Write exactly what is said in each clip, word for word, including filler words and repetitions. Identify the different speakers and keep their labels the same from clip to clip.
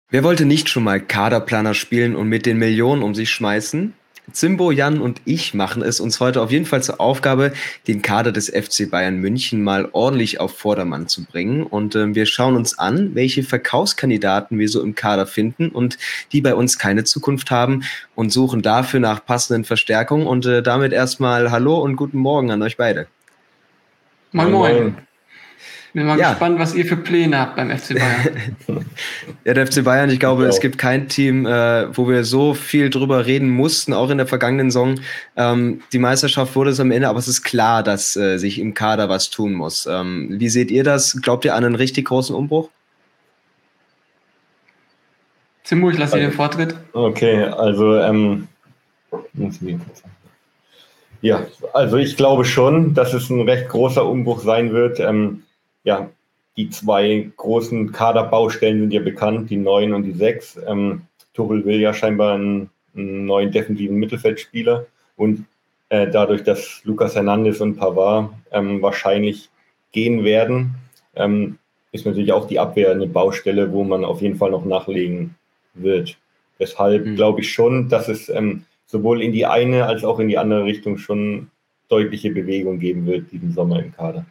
Speaker 1: Wer wollte nicht schon mal Kaderplaner spielen und mit den Millionen um sich schmeißen? Zimbo, Jan und ich machen es uns heute auf jeden Fall zur Aufgabe, den Kader des F C Bayern München mal ordentlich auf Vordermann zu bringen. Und äh, wir schauen uns an, welche Verkaufskandidaten wir so im Kader finden und die bei uns keine Zukunft haben und suchen dafür nach passenden Verstärkungen. Und äh, damit erstmal Hallo und guten Morgen an euch beide.
Speaker 2: Moin, moin. Bin mal ja. gespannt, was ihr für Pläne habt beim F C Bayern.
Speaker 1: Ja, der F C Bayern, ich glaube, ich es gibt kein Team, äh, wo wir so viel drüber reden mussten, auch in der vergangenen Saison. Ähm, die Meisterschaft wurde es am Ende, aber es ist klar, dass äh, sich im Kader was tun muss. Ähm, wie seht ihr das? Glaubt ihr an einen richtig großen Umbruch?
Speaker 2: Zimbo, ich lasse dir den Vortritt.
Speaker 3: Okay, also ähm, ja, also ich glaube schon, dass es ein recht großer Umbruch sein wird. Ähm, ja, die zwei großen Kaderbaustellen sind ja bekannt, die neun und die sechs. Ähm, Tuchel will ja scheinbar einen, einen neuen defensiven Mittelfeldspieler und äh, dadurch, dass Lucas Hernandez und Pavard ähm, wahrscheinlich gehen werden, ähm, ist natürlich auch die Abwehr eine Baustelle, wo man auf jeden Fall noch nachlegen wird. Deshalb mhm. glaube ich schon, dass es ähm, sowohl in die eine als auch in die andere Richtung schon deutliche Bewegung geben wird diesen Sommer im Kader.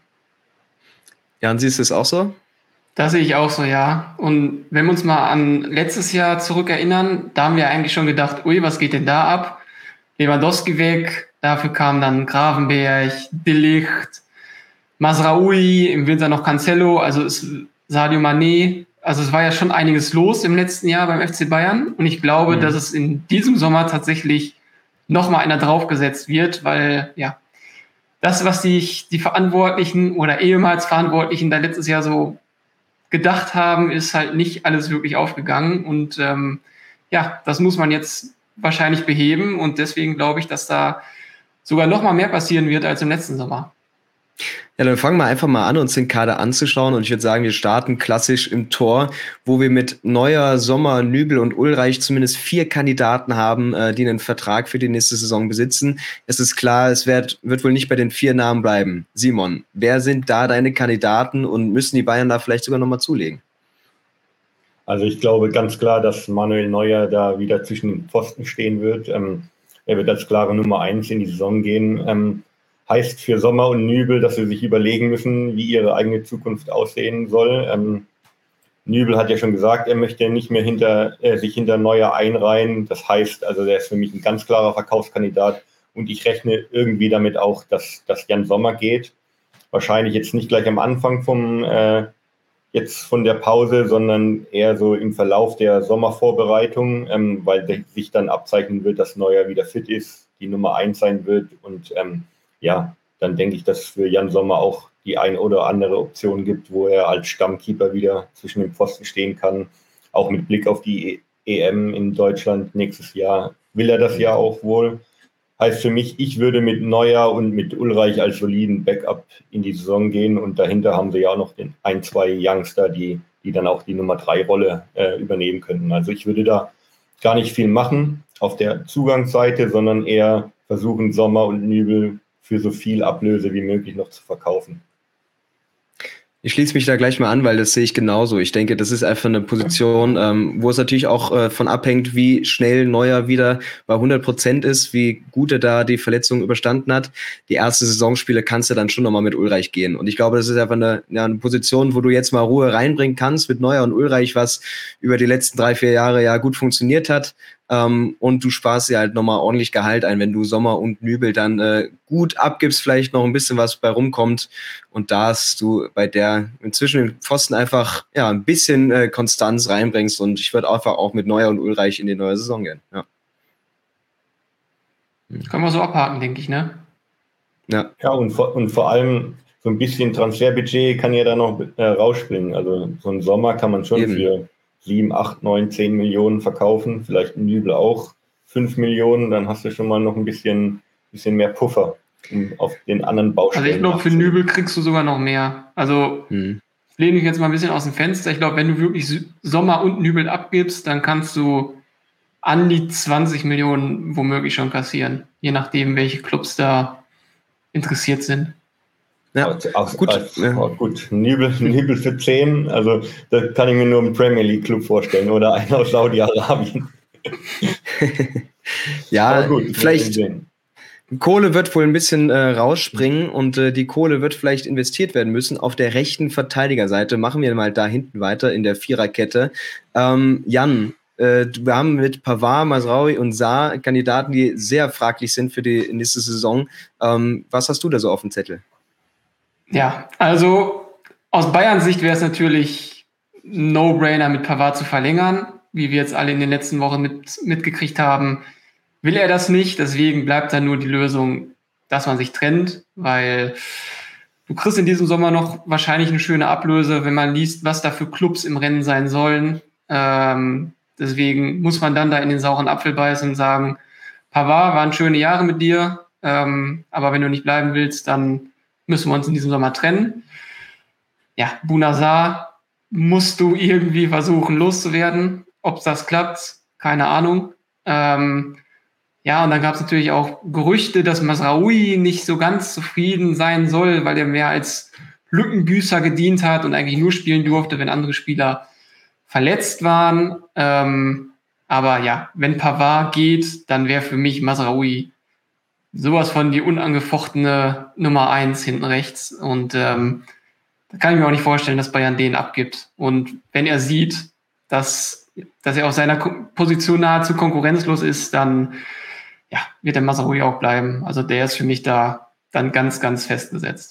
Speaker 1: Jan, siehst du es auch so?
Speaker 2: Das sehe ich auch so, ja. Und wenn wir uns mal an letztes Jahr zurückerinnern, da haben wir eigentlich schon gedacht, ui, was geht denn da ab? Lewandowski weg, dafür kam dann Gravenberch, De Ligt, Mazraoui, im Winter noch Cancelo, also es, Sadio Mané. Also es war ja schon einiges los im letzten Jahr beim F C Bayern. Und ich glaube, mhm. dass es in diesem Sommer tatsächlich nochmal einer draufgesetzt wird, weil ja, das, was die, die Verantwortlichen oder ehemals Verantwortlichen da letztes Jahr so gedacht haben, ist halt nicht alles wirklich aufgegangen. Und ähm, ja, das muss man jetzt wahrscheinlich beheben. Und deswegen glaube ich, dass da sogar noch mal mehr passieren wird als im letzten Sommer.
Speaker 1: Ja, dann fangen wir einfach mal an, uns den Kader anzuschauen. Und ich würde sagen, wir starten klassisch im Tor, wo wir mit Neuer, Sommer, Nübel und Ulreich zumindest vier Kandidaten haben, äh, die einen Vertrag für die nächste Saison besitzen. Es ist klar, es wird, wird wohl nicht bei den vier Namen bleiben. Simon, wer sind da deine Kandidaten und müssen die Bayern da vielleicht sogar nochmal zulegen?
Speaker 3: Also ich glaube ganz klar, dass Manuel Neuer da wieder zwischen den Pfosten stehen wird. Ähm, er wird als klare Nummer eins in die Saison gehen. Ähm, heißt für Sommer und Nübel, dass sie sich überlegen müssen, wie ihre eigene Zukunft aussehen soll. Ähm, Nübel hat ja schon gesagt, er möchte nicht mehr hinter, äh, sich hinter Neuer einreihen. Das heißt, also der ist für mich ein ganz klarer Verkaufskandidat und ich rechne irgendwie damit auch, dass, dass Jan Sommer geht. Wahrscheinlich jetzt nicht gleich am Anfang vom äh, jetzt von der Pause, sondern eher so im Verlauf der Sommervorbereitung, ähm, weil sich dann abzeichnen wird, dass Neuer wieder fit ist, die Nummer eins sein wird und ähm, ja, dann denke ich, dass es für Jan Sommer auch die eine oder andere Option gibt, wo er als Stammkeeper wieder zwischen den Pfosten stehen kann. Auch mit Blick auf die E M in Deutschland nächstes Jahr will er das ja auch wohl. Heißt für mich, ich würde mit Neuer und mit Ulreich als soliden Backup in die Saison gehen und dahinter haben sie ja auch noch den ein, zwei Youngster, die, die dann auch die Nummer drei Rolle äh, übernehmen könnten. Also ich würde da gar nicht viel machen auf der Zugangsseite, sondern eher versuchen, Sommer und Nübel für so viel Ablöse wie möglich noch zu verkaufen.
Speaker 1: Ich schließe mich da gleich mal an, weil das sehe ich genauso. Ich denke, das ist einfach eine Position, ähm, wo es natürlich auch äh, von abhängt, wie schnell Neuer wieder bei hundert Prozent ist, wie gut er da die Verletzung überstanden hat. Die erste Saisonspiele kannst du dann schon nochmal mit Ulreich gehen. Und ich glaube, das ist einfach eine, ja, eine Position, wo du jetzt mal Ruhe reinbringen kannst mit Neuer und Ulreich, was über die letzten drei, vier Jahre ja gut funktioniert hat. Um, und du sparst dir halt nochmal ordentlich Gehalt ein, wenn du Sommer und Nübel dann äh, gut abgibst, vielleicht noch ein bisschen was bei rumkommt und da hast du bei der inzwischen den Pfosten einfach ja ein bisschen äh, Konstanz reinbringst und ich würde einfach auch mit Neuer und Ulreich in die neue Saison gehen. Ja.
Speaker 2: Können wir so abhaken, denke ich, ne?
Speaker 3: Ja, ja und, vor, und vor allem so ein bisschen Transferbudget kann ja da noch äh, rausspringen. Also so einen Sommer kann man schon Eben. für sieben, acht, neun, zehn Millionen verkaufen, vielleicht ein Nübel auch fünf Millionen, dann hast du schon mal noch ein bisschen, bisschen mehr Puffer um auf den anderen Baustellen.
Speaker 2: Also ich glaube, für Nübel kriegst du sogar noch mehr. Also hm. lehne ich jetzt mal ein bisschen aus dem Fenster. Ich glaube, wenn du wirklich Sommer und Nübel abgibst, dann kannst du an die zwanzig Millionen womöglich schon kassieren, je nachdem, welche Clubs da interessiert sind.
Speaker 3: Ja, als, als, gut. Als, ja. Oh, gut. Nübel, Nübel für zehn, also das kann ich mir nur im Premier League Club vorstellen oder einer aus Saudi-Arabien.
Speaker 1: Ja, gut, vielleicht. Kohle wird wohl ein bisschen äh, rausspringen und äh, die Kohle wird vielleicht investiert werden müssen. Auf der rechten Verteidigerseite machen wir mal da hinten weiter in der Viererkette. Ähm, Jan, äh, wir haben mit Pavard, Mazraoui und Sarr Kandidaten, die sehr fraglich sind für die nächste Saison. Ähm, was hast du da so auf dem Zettel?
Speaker 2: Ja, also aus Bayerns Sicht wäre es natürlich ein No-Brainer, mit Pavard zu verlängern, wie wir jetzt alle in den letzten Wochen mit, mitgekriegt haben. Will er das nicht, deswegen bleibt dann nur die Lösung, dass man sich trennt, weil du kriegst in diesem Sommer noch wahrscheinlich eine schöne Ablöse, wenn man liest, was da für Clubs im Rennen sein sollen. Ähm, deswegen muss man dann da in den sauren Apfel beißen und sagen, Pavard, waren schöne Jahre mit dir, ähm, aber wenn du nicht bleiben willst, dann müssen wir uns in diesem Sommer trennen. Ja, Bouna Sarr musst du irgendwie versuchen loszuwerden. Ob das klappt, keine Ahnung. Ähm, Ja, und dann gab es natürlich auch Gerüchte, dass Mazraoui nicht so ganz zufrieden sein soll, weil er mehr als Lückenbüßer gedient hat und eigentlich nur spielen durfte, wenn andere Spieler verletzt waren. Ähm, aber ja, wenn Pavard geht, dann wäre für mich Mazraoui sowas von die unangefochtene Nummer eins hinten rechts. Und ähm, da kann ich mir auch nicht vorstellen, dass Bayern den abgibt. Und wenn er sieht, dass, dass er auf seiner Position nahezu konkurrenzlos ist, dann ja, wird der Mazraoui auch bleiben. Also der ist für mich da dann ganz, ganz festgesetzt.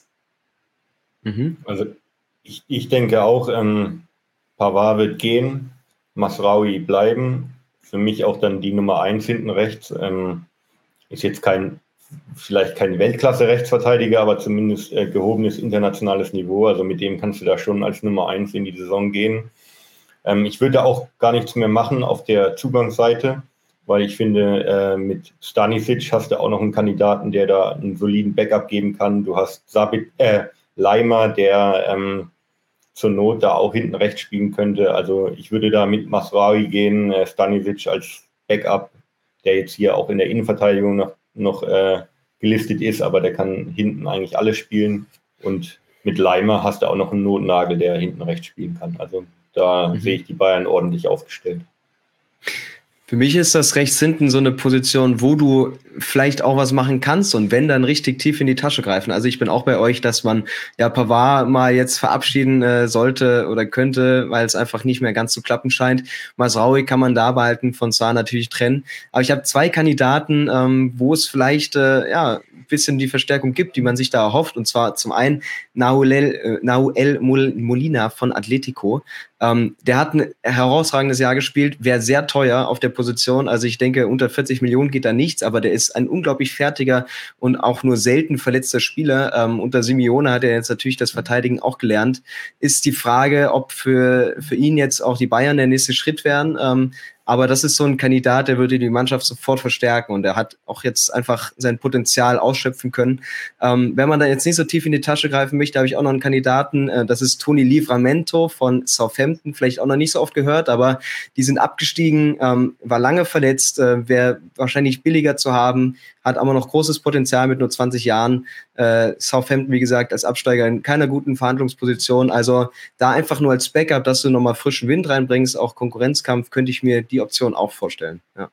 Speaker 3: Mhm. Also ich, ich denke auch, ähm, Pavard wird gehen, Mazraoui bleiben. Für mich auch dann die Nummer eins hinten rechts. Ähm, ist jetzt kein, vielleicht kein Weltklasse-Rechtsverteidiger, aber zumindest äh, gehobenes internationales Niveau. Also mit dem kannst du da schon als Nummer eins in die Saison gehen. Ähm, ich würde auch gar nichts mehr machen auf der Zugangsseite, weil ich finde, äh, mit Stanisic hast du auch noch einen Kandidaten, der da einen soliden Backup geben kann. Du hast Sabit, äh, Leimer, der ähm, zur Not da auch hinten rechts spielen könnte. Also ich würde da mit Mazraoui gehen, äh, Stanisic als Backup, der jetzt hier auch in der Innenverteidigung noch, noch äh, gelistet ist, aber der kann hinten eigentlich alles spielen. Und mit Leimer hast du auch noch einen Notnagel, der hinten rechts spielen kann. Also da mhm. sehe ich die Bayern ordentlich aufgestellt.
Speaker 1: Für mich ist das rechts hinten so eine Position, wo du vielleicht auch was machen kannst und wenn, dann richtig tief in die Tasche greifen. Also ich bin auch bei euch, dass man ja Pavard mal jetzt verabschieden äh, sollte oder könnte, weil es einfach nicht mehr ganz zu klappen scheint. Mazraoui kann man da behalten, von Sarr natürlich trennen. Aber ich habe zwei Kandidaten, ähm, wo es vielleicht äh, ja ein bisschen die Verstärkung gibt, die man sich da erhofft. Und zwar zum einen Nahuel, äh, Nahuel Molina von Atletico. Ähm, der hat ein herausragendes Jahr gespielt, wäre sehr teuer auf der Position. Also ich denke, unter vierzig Millionen geht da nichts, aber der ist ein unglaublich fertiger und auch nur selten verletzter Spieler. Ähm, unter Simeone hat er jetzt natürlich das Verteidigen auch gelernt. Ist die Frage, ob für, für ihn jetzt auch die Bayern der nächste Schritt wären. Ähm, Aber das ist so ein Kandidat, der würde die Mannschaft sofort verstärken und er hat auch jetzt einfach sein Potenzial ausschöpfen können. Ähm, wenn man da jetzt nicht so tief in die Tasche greifen möchte, habe ich auch noch einen Kandidaten, äh, das ist Toni Livramento von Southampton, vielleicht auch noch nicht so oft gehört, aber die sind abgestiegen, ähm, war lange verletzt, äh, wäre wahrscheinlich billiger zu haben, hat aber noch großes Potenzial mit nur zwanzig Jahren. Äh, Southampton, wie gesagt, als Absteiger in keiner guten Verhandlungsposition. Also da einfach nur als Backup, dass du nochmal frischen Wind reinbringst, auch Konkurrenzkampf, könnte ich mir die Option auch vorstellen. Ja.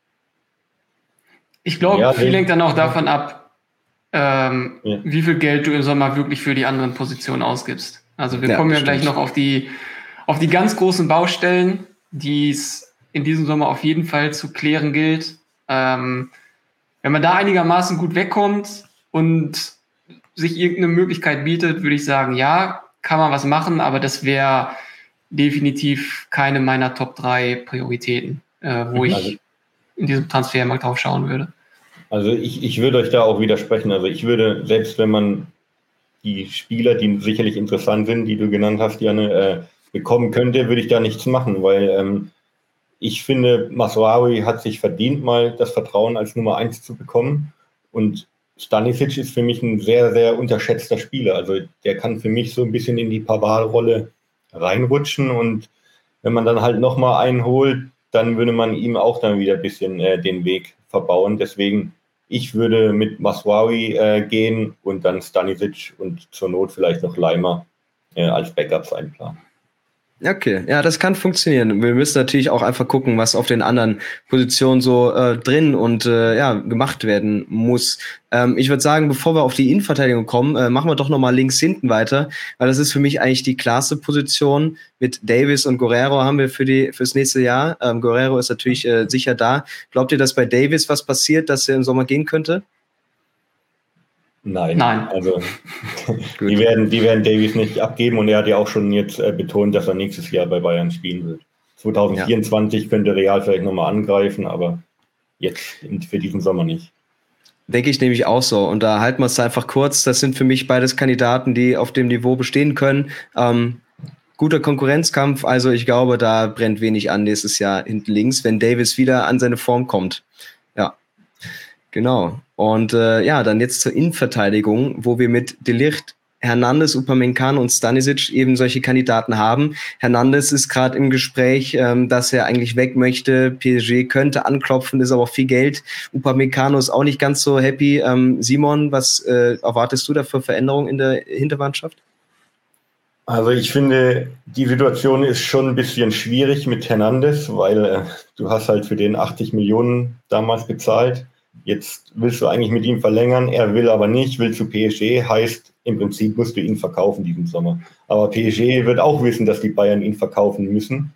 Speaker 2: Ich glaube, ja, viel hängt dann auch davon ab, ähm, ja. wie viel Geld du im Sommer wirklich für die anderen Positionen ausgibst. Also wir ja, kommen ja gleich noch auf die, auf die ganz großen Baustellen, die es in diesem Sommer auf jeden Fall zu klären gilt. Ähm, Wenn man da einigermaßen gut wegkommt und sich irgendeine Möglichkeit bietet, würde ich sagen, ja, kann man was machen, aber das wäre definitiv keine meiner Top drei Prioritäten, äh, wo also, ich in diesem Transfermarkt drauf schauen würde.
Speaker 3: Also ich, ich würde euch da auch widersprechen. Also ich würde, selbst wenn man die Spieler, die sicherlich interessant sind, die du genannt hast, Janne, äh, bekommen könnte, würde ich da nichts machen, weil ähm, ich finde, Mazraoui hat sich verdient, mal das Vertrauen als Nummer eins zu bekommen. Und Stanisic ist für mich ein sehr, sehr unterschätzter Spieler. Also der kann für mich so ein bisschen in die Pavard-Rolle reinrutschen. Und wenn man dann halt nochmal einen holt, dann würde man ihm auch dann wieder ein bisschen äh, den Weg verbauen. Deswegen Ich würde mit Masraoui äh, gehen und dann Stanisic und zur Not vielleicht noch Leimer äh, als Backups einplanen.
Speaker 1: Okay, ja, das kann funktionieren. Wir müssen natürlich auch einfach gucken, was auf den anderen Positionen so äh, drin und äh, ja gemacht werden muss. Ähm, ich würde sagen, bevor wir auf die Innenverteidigung kommen, äh, machen wir doch noch mal links hinten weiter, weil das ist für mich eigentlich die klarste Position. Mit Davis und Guerrero haben wir für die fürs nächste Jahr. Ähm, Guerrero ist natürlich äh, sicher da. Glaubt ihr, dass bei Davis was passiert, dass er im Sommer gehen könnte?
Speaker 3: Nein, Nein. also die, werden, die werden Davies nicht abgeben und er hat ja auch schon jetzt äh, betont, dass er nächstes Jahr bei Bayern spielen wird. zwanzig vierundzwanzig ja. könnte Real vielleicht nochmal angreifen, aber jetzt für diesen Sommer nicht.
Speaker 1: Denke ich nämlich auch so. Und da halten wir es einfach kurz. Das sind für mich beides Kandidaten, die auf dem Niveau bestehen können. Ähm, guter Konkurrenzkampf. Also ich glaube, da brennt wenig an nächstes Jahr hinten links, wenn Davis wieder an seine Form kommt. Ja, genau. Und äh, ja, dann jetzt zur Innenverteidigung, wo wir mit De Ligt, Hernandez, Upamecano und Stanisic eben solche Kandidaten haben. Hernandez ist gerade im Gespräch, ähm, dass er eigentlich weg möchte. P S G könnte anklopfen, ist aber auch viel Geld. Upamecano ist auch nicht ganz so happy. Ähm, Simon, was äh, erwartest du da für Veränderungen in der Hintermannschaft?
Speaker 3: Also ich finde, die Situation ist schon ein bisschen schwierig mit Hernandez, weil äh, du hast halt für den achtzig Millionen damals bezahlt. Jetzt willst du eigentlich mit ihm verlängern, er will aber nicht, will zu P S G, heißt im Prinzip musst du ihn verkaufen diesen Sommer. Aber P S G wird auch wissen, dass die Bayern ihn verkaufen müssen.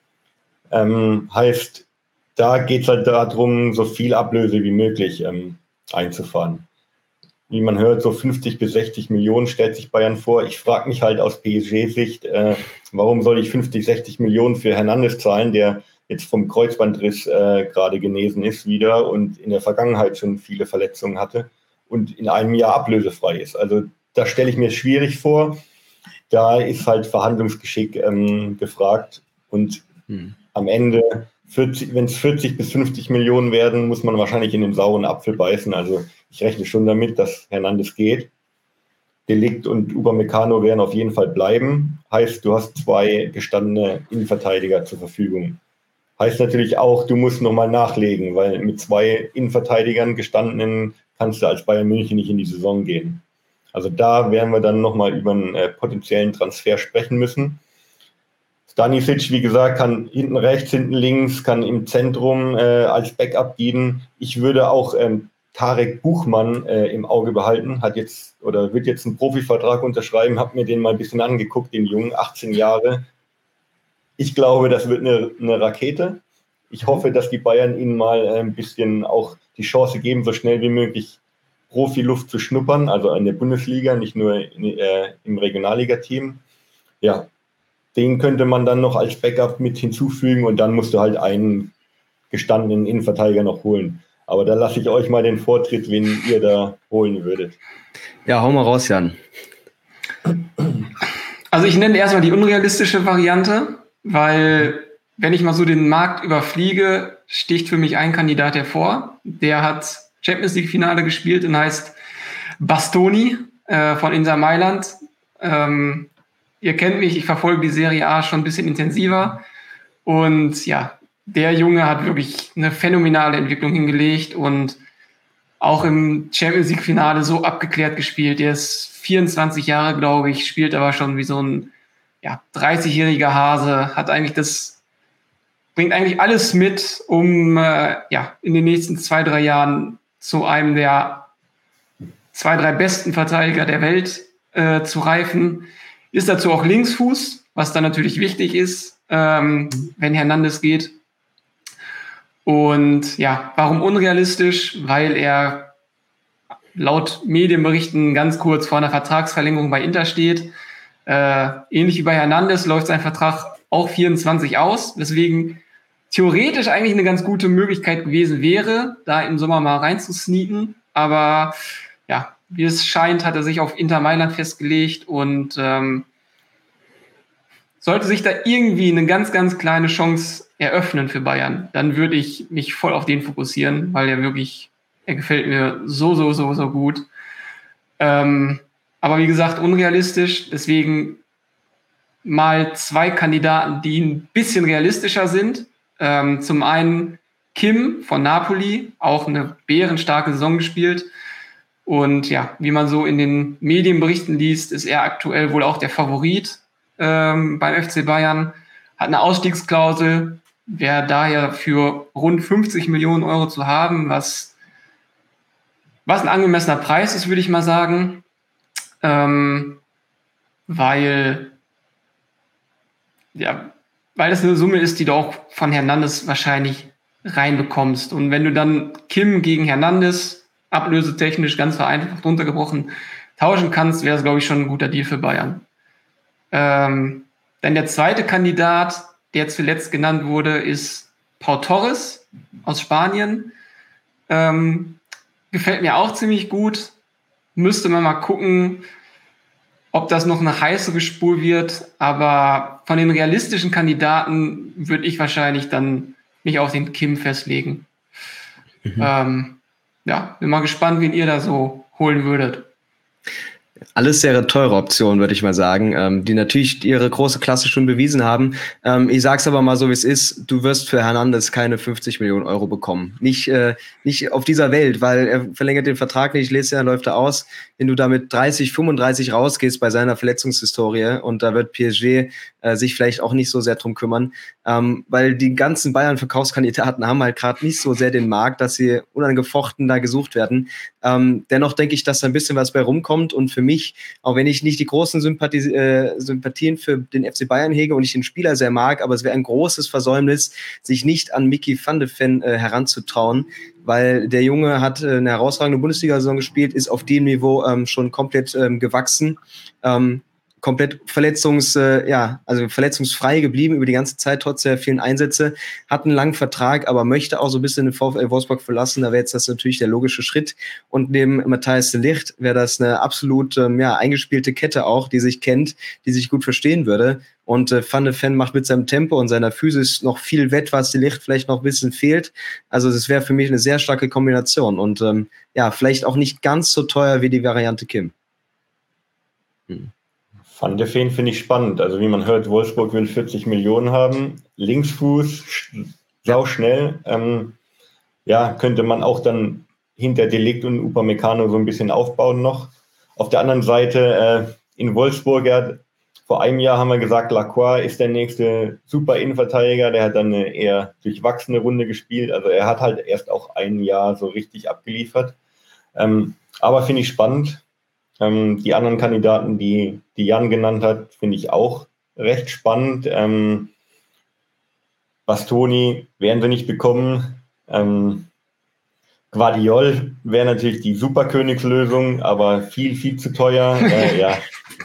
Speaker 3: Ähm, heißt, da geht es halt darum, so viel Ablöse wie möglich ähm, einzufahren. Wie man hört, so fünfzig bis sechzig Millionen stellt sich Bayern vor. Ich frage mich halt aus P S G-Sicht, äh, warum soll ich fünfzig, sechzig Millionen für Hernandez zahlen, der jetzt vom Kreuzbandriss äh, gerade genesen ist wieder und in der Vergangenheit schon viele Verletzungen hatte und in einem Jahr ablösefrei ist. Also da stelle ich mir schwierig vor. Da ist halt Verhandlungsgeschick ähm, gefragt und hm. am Ende, wenn es vierzig bis fünfzig Millionen werden, muss man wahrscheinlich in den sauren Apfel beißen. Also ich rechne schon damit, dass Hernandez geht. De Ligt und Upamecano werden auf jeden Fall bleiben. Heißt, du hast zwei gestandene Innenverteidiger zur Verfügung. Heißt natürlich auch, du musst nochmal nachlegen, weil mit zwei Innenverteidigern gestandenen kannst du als Bayern München nicht in die Saison gehen. Also da werden wir dann nochmal über einen äh, potenziellen Transfer sprechen müssen. Stanisic, wie gesagt, kann hinten rechts, hinten links, kann im Zentrum äh, als Backup dienen. Ich würde auch ähm, Tarek Buchmann äh, im Auge behalten, hat jetzt oder wird jetzt einen Profivertrag unterschreiben, habe mir den mal ein bisschen angeguckt, den Jungen, achtzehn Jahre. Ich glaube, das wird eine, eine Rakete. Ich hoffe, dass die Bayern ihnen mal ein bisschen auch die Chance geben, so schnell wie möglich Profiluft zu schnuppern, also in der Bundesliga, nicht nur in, äh, im Regionalliga-Team. Ja, den könnte man dann noch als Backup mit hinzufügen und dann musst du halt einen gestandenen Innenverteidiger noch holen. Aber da lasse ich euch mal den Vortritt, wen ihr da holen würdet.
Speaker 1: Ja, hau mal raus, Jan.
Speaker 2: Also ich nenne erstmal die unrealistische Variante, weil wenn ich mal so den Markt überfliege, sticht für mich ein Kandidat hervor. Der hat Champions League Finale gespielt und heißt Bastoni äh, von Inter Mailand. Ähm, ihr kennt mich, ich verfolge die Serie A schon ein bisschen intensiver. Und ja, der Junge hat wirklich eine phänomenale Entwicklung hingelegt und auch im Champions League Finale so abgeklärt gespielt. Der ist vierundzwanzig Jahre, glaube ich, spielt aber schon wie so ein ja, dreißigjähriger Hase, hat eigentlich das, bringt eigentlich alles mit, um äh, ja, in den nächsten zwei, drei Jahren zu einem der zwei, drei besten Verteidiger der Welt äh, zu reifen. Ist dazu auch Linksfuß, was dann natürlich wichtig ist, ähm, wenn Hernandez geht. Und ja, warum unrealistisch? Weil er laut Medienberichten ganz kurz vor einer Vertragsverlängerung bei Inter steht. Äh, ähnlich wie bei Hernandez läuft sein Vertrag auch vierundzwanzig aus, weswegen theoretisch eigentlich eine ganz gute Möglichkeit gewesen wäre, da im Sommer mal reinzusneaken. Aber ja, wie es scheint, hat er sich auf Inter Mailand festgelegt und ähm, sollte sich da irgendwie eine ganz, ganz kleine Chance eröffnen für Bayern, dann würde ich mich voll auf den fokussieren, weil er wirklich, er gefällt mir so, so, so, so gut. Ähm, aber wie gesagt, unrealistisch, deswegen mal zwei Kandidaten, die ein bisschen realistischer sind. Ähm, zum einen Kim von Napoli, auch eine bärenstarke Saison gespielt. Und ja, wie man so in den Medienberichten liest, ist er aktuell wohl auch der Favorit ähm, beim F C Bayern. Hat eine Ausstiegsklausel, wäre daher für rund fünfzig Millionen Euro zu haben, was, was ein angemessener Preis ist, würde ich mal sagen. Ähm, weil, ja, weil das eine Summe ist, die du auch von Hernandez wahrscheinlich reinbekommst. Und wenn du dann Kim gegen Hernandez ablösetechnisch ganz vereinfacht runtergebrochen tauschen kannst, wäre es, glaube ich, schon ein guter Deal für Bayern. Ähm, dann der zweite Kandidat, der zuletzt genannt wurde, ist Pau Torres aus Spanien. Ähm, gefällt mir auch ziemlich gut. Müsste man mal gucken, ob das noch eine heißere Spur wird. Aber von den realistischen Kandidaten würde ich wahrscheinlich dann mich auf den Kim festlegen. Mhm. Ähm, ja, bin mal gespannt, wen ihr da so holen würdet.
Speaker 1: Alles sehr teure Optionen, würde ich mal sagen, ähm, die natürlich ihre große Klasse schon bewiesen haben. Ähm, ich sag's aber mal so, wie es ist. Du wirst für Hernandez keine fünfzig Millionen Euro bekommen. Nicht, äh, nicht auf dieser Welt, weil er verlängert den Vertrag nicht. Letztes Jahr läuft er aus. Wenn du damit dreißig, fünfunddreißig rausgehst bei seiner Verletzungshistorie, und da wird P S G äh, sich vielleicht auch nicht so sehr drum kümmern, ähm, weil die ganzen Bayern-Verkaufskandidaten haben halt gerade nicht so sehr den Markt, dass sie unangefochten da gesucht werden. Ähm, dennoch denke ich, dass da ein bisschen was bei rumkommt, und für mich, auch wenn ich nicht die großen Sympathie, äh, Sympathien für den F C Bayern hege und ich den Spieler sehr mag, aber es wäre ein großes Versäumnis, sich nicht an Mickey van de Ven äh, heranzutrauen, weil der Junge hat äh, eine herausragende Bundesliga-Saison gespielt, ist auf dem Niveau ähm, schon komplett ähm, gewachsen, ähm, komplett verletzungs, äh, ja, also verletzungsfrei geblieben über die ganze Zeit, trotz der vielen Einsätze, hat einen langen Vertrag, aber möchte auch so ein bisschen den VfL Wolfsburg verlassen. Da wäre jetzt das natürlich der logische Schritt. Und neben Matthijs de Ligt wäre das eine absolut ähm, ja, eingespielte Kette auch, die sich kennt, die sich gut verstehen würde. Und äh, Van de Ven macht mit seinem Tempo und seiner Physis noch viel wett, was de Ligt vielleicht noch ein bisschen fehlt. Also das wäre für mich eine sehr starke Kombination und ähm, ja, vielleicht auch nicht ganz so teuer wie die Variante Kim.
Speaker 3: Hm. Van de Ven finde ich spannend. Also wie man hört, Wolfsburg will vierzig Millionen haben. Linksfuß, sau schnell. Ähm, ja, könnte man auch dann hinter de Ligt und Upamecano so ein bisschen aufbauen noch. Auf der anderen Seite äh, in Wolfsburg, ja, vor einem Jahr haben wir gesagt, Lacroix ist der nächste super Innenverteidiger. Der hat dann eine eher durchwachsene Runde gespielt. Also er hat halt erst auch ein Jahr so richtig abgeliefert. Ähm, aber finde ich spannend. Ähm, die anderen Kandidaten, die, die Jan genannt hat, finde ich auch recht spannend. Ähm, Bastoni werden sie nicht bekommen. Ähm, Guardiol wäre natürlich die Superkönigslösung, aber viel, viel zu teuer. Äh, ja,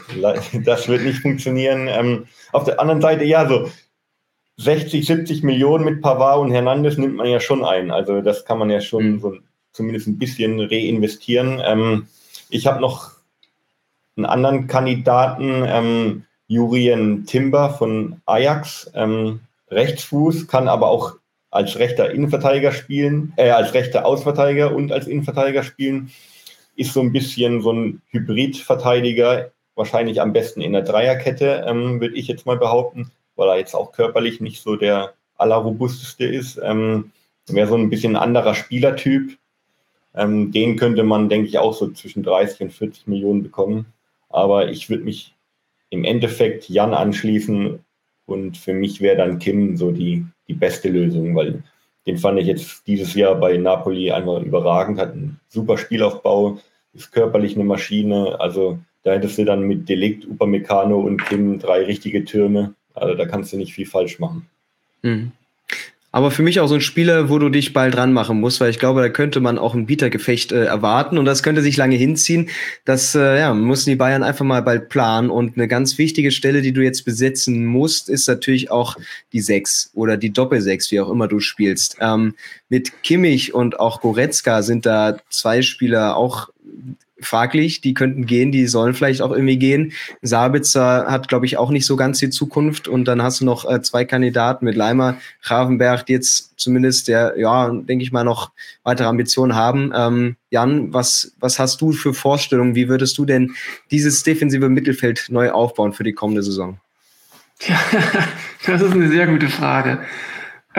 Speaker 3: das wird nicht funktionieren. Ähm, auf der anderen Seite, ja, so sechzig, siebzig Millionen mit Pavard und Hernandez nimmt man ja schon ein. Also das kann man ja schon mhm. so zumindest ein bisschen reinvestieren. Ähm, ich habe noch einen anderen Kandidaten, ähm, Jurien Timber von Ajax, ähm, Rechtsfuß, kann aber auch als rechter Innenverteidiger spielen, äh, als rechter Außenverteidiger und als Innenverteidiger spielen, ist so ein bisschen so ein Hybridverteidiger, wahrscheinlich am besten in der Dreierkette, ähm, würde ich jetzt mal behaupten, weil er jetzt auch körperlich nicht so der allerrobusteste ist. Ähm, wäre so ein bisschen ein anderer Spielertyp. Ähm, den könnte man, denke ich, auch so zwischen dreißig und vierzig Millionen bekommen. Aber ich würde mich im Endeffekt Jan anschließen und für mich wäre dann Kim so die, die beste Lösung, weil den fand ich jetzt dieses Jahr bei Napoli einfach überragend, hat einen super Spielaufbau, ist körperlich eine Maschine, also da hättest du dann mit de Ligt, Upamecano und Kim drei richtige Türme, also da kannst du nicht viel falsch machen.
Speaker 1: Mhm. Aber für mich auch so ein Spieler, wo du dich bald dran machen musst, weil ich glaube, da könnte man auch ein Bietergefecht äh, erwarten und das könnte sich lange hinziehen. Das äh, ja, müssen die Bayern einfach mal bald planen und eine ganz wichtige Stelle, die du jetzt besetzen musst, ist natürlich auch die Sechs oder die Doppelsechs, wie auch immer du spielst. Ähm, mit Kimmich und auch Goretzka sind da zwei Spieler auch fraglich, die könnten gehen, die sollen vielleicht auch irgendwie gehen. Sabitzer hat, glaube ich, auch nicht so ganz die Zukunft und dann hast du noch äh, zwei Kandidaten mit Leimer, Gravenberg, die jetzt zumindest, der, ja, denke ich mal, noch weitere Ambitionen haben. Ähm, Jan, was, was hast du für Vorstellungen? Wie würdest du denn dieses defensive Mittelfeld neu aufbauen für die kommende Saison?
Speaker 2: Ja, das ist eine sehr gute Frage.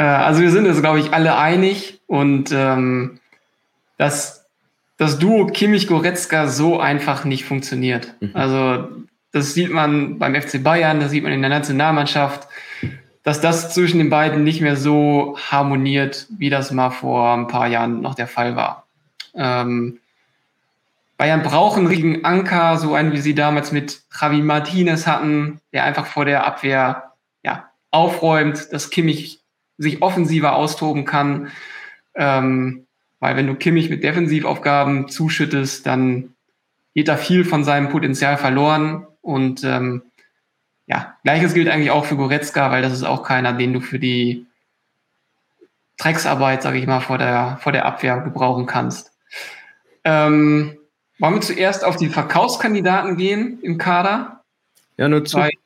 Speaker 2: Äh, also wir sind uns, glaube ich, alle einig und ähm, dass das Duo Kimmich-Goretzka so einfach nicht funktioniert. Mhm. Also das sieht man beim F C Bayern, das sieht man in der Nationalmannschaft, dass das zwischen den beiden nicht mehr so harmoniert, wie das mal vor ein paar Jahren noch der Fall war. Ähm, Bayern braucht einen richtigen Anker, so einen, wie sie damals mit Javi Martinez hatten, der einfach vor der Abwehr ja, aufräumt, dass Kimmich sich offensiver austoben kann. Ähm, weil wenn du Kimmich mit Defensivaufgaben zuschüttest, dann geht da viel von seinem Potenzial verloren. Und ähm, ja, Gleiches gilt eigentlich auch für Goretzka, weil das ist auch keiner, den du für die Drecksarbeit, sage ich mal, vor der, vor der Abwehr gebrauchen kannst. Ähm, wollen wir zuerst auf die Verkaufskandidaten gehen im Kader?
Speaker 1: Ja, nur zu.
Speaker 2: Weil,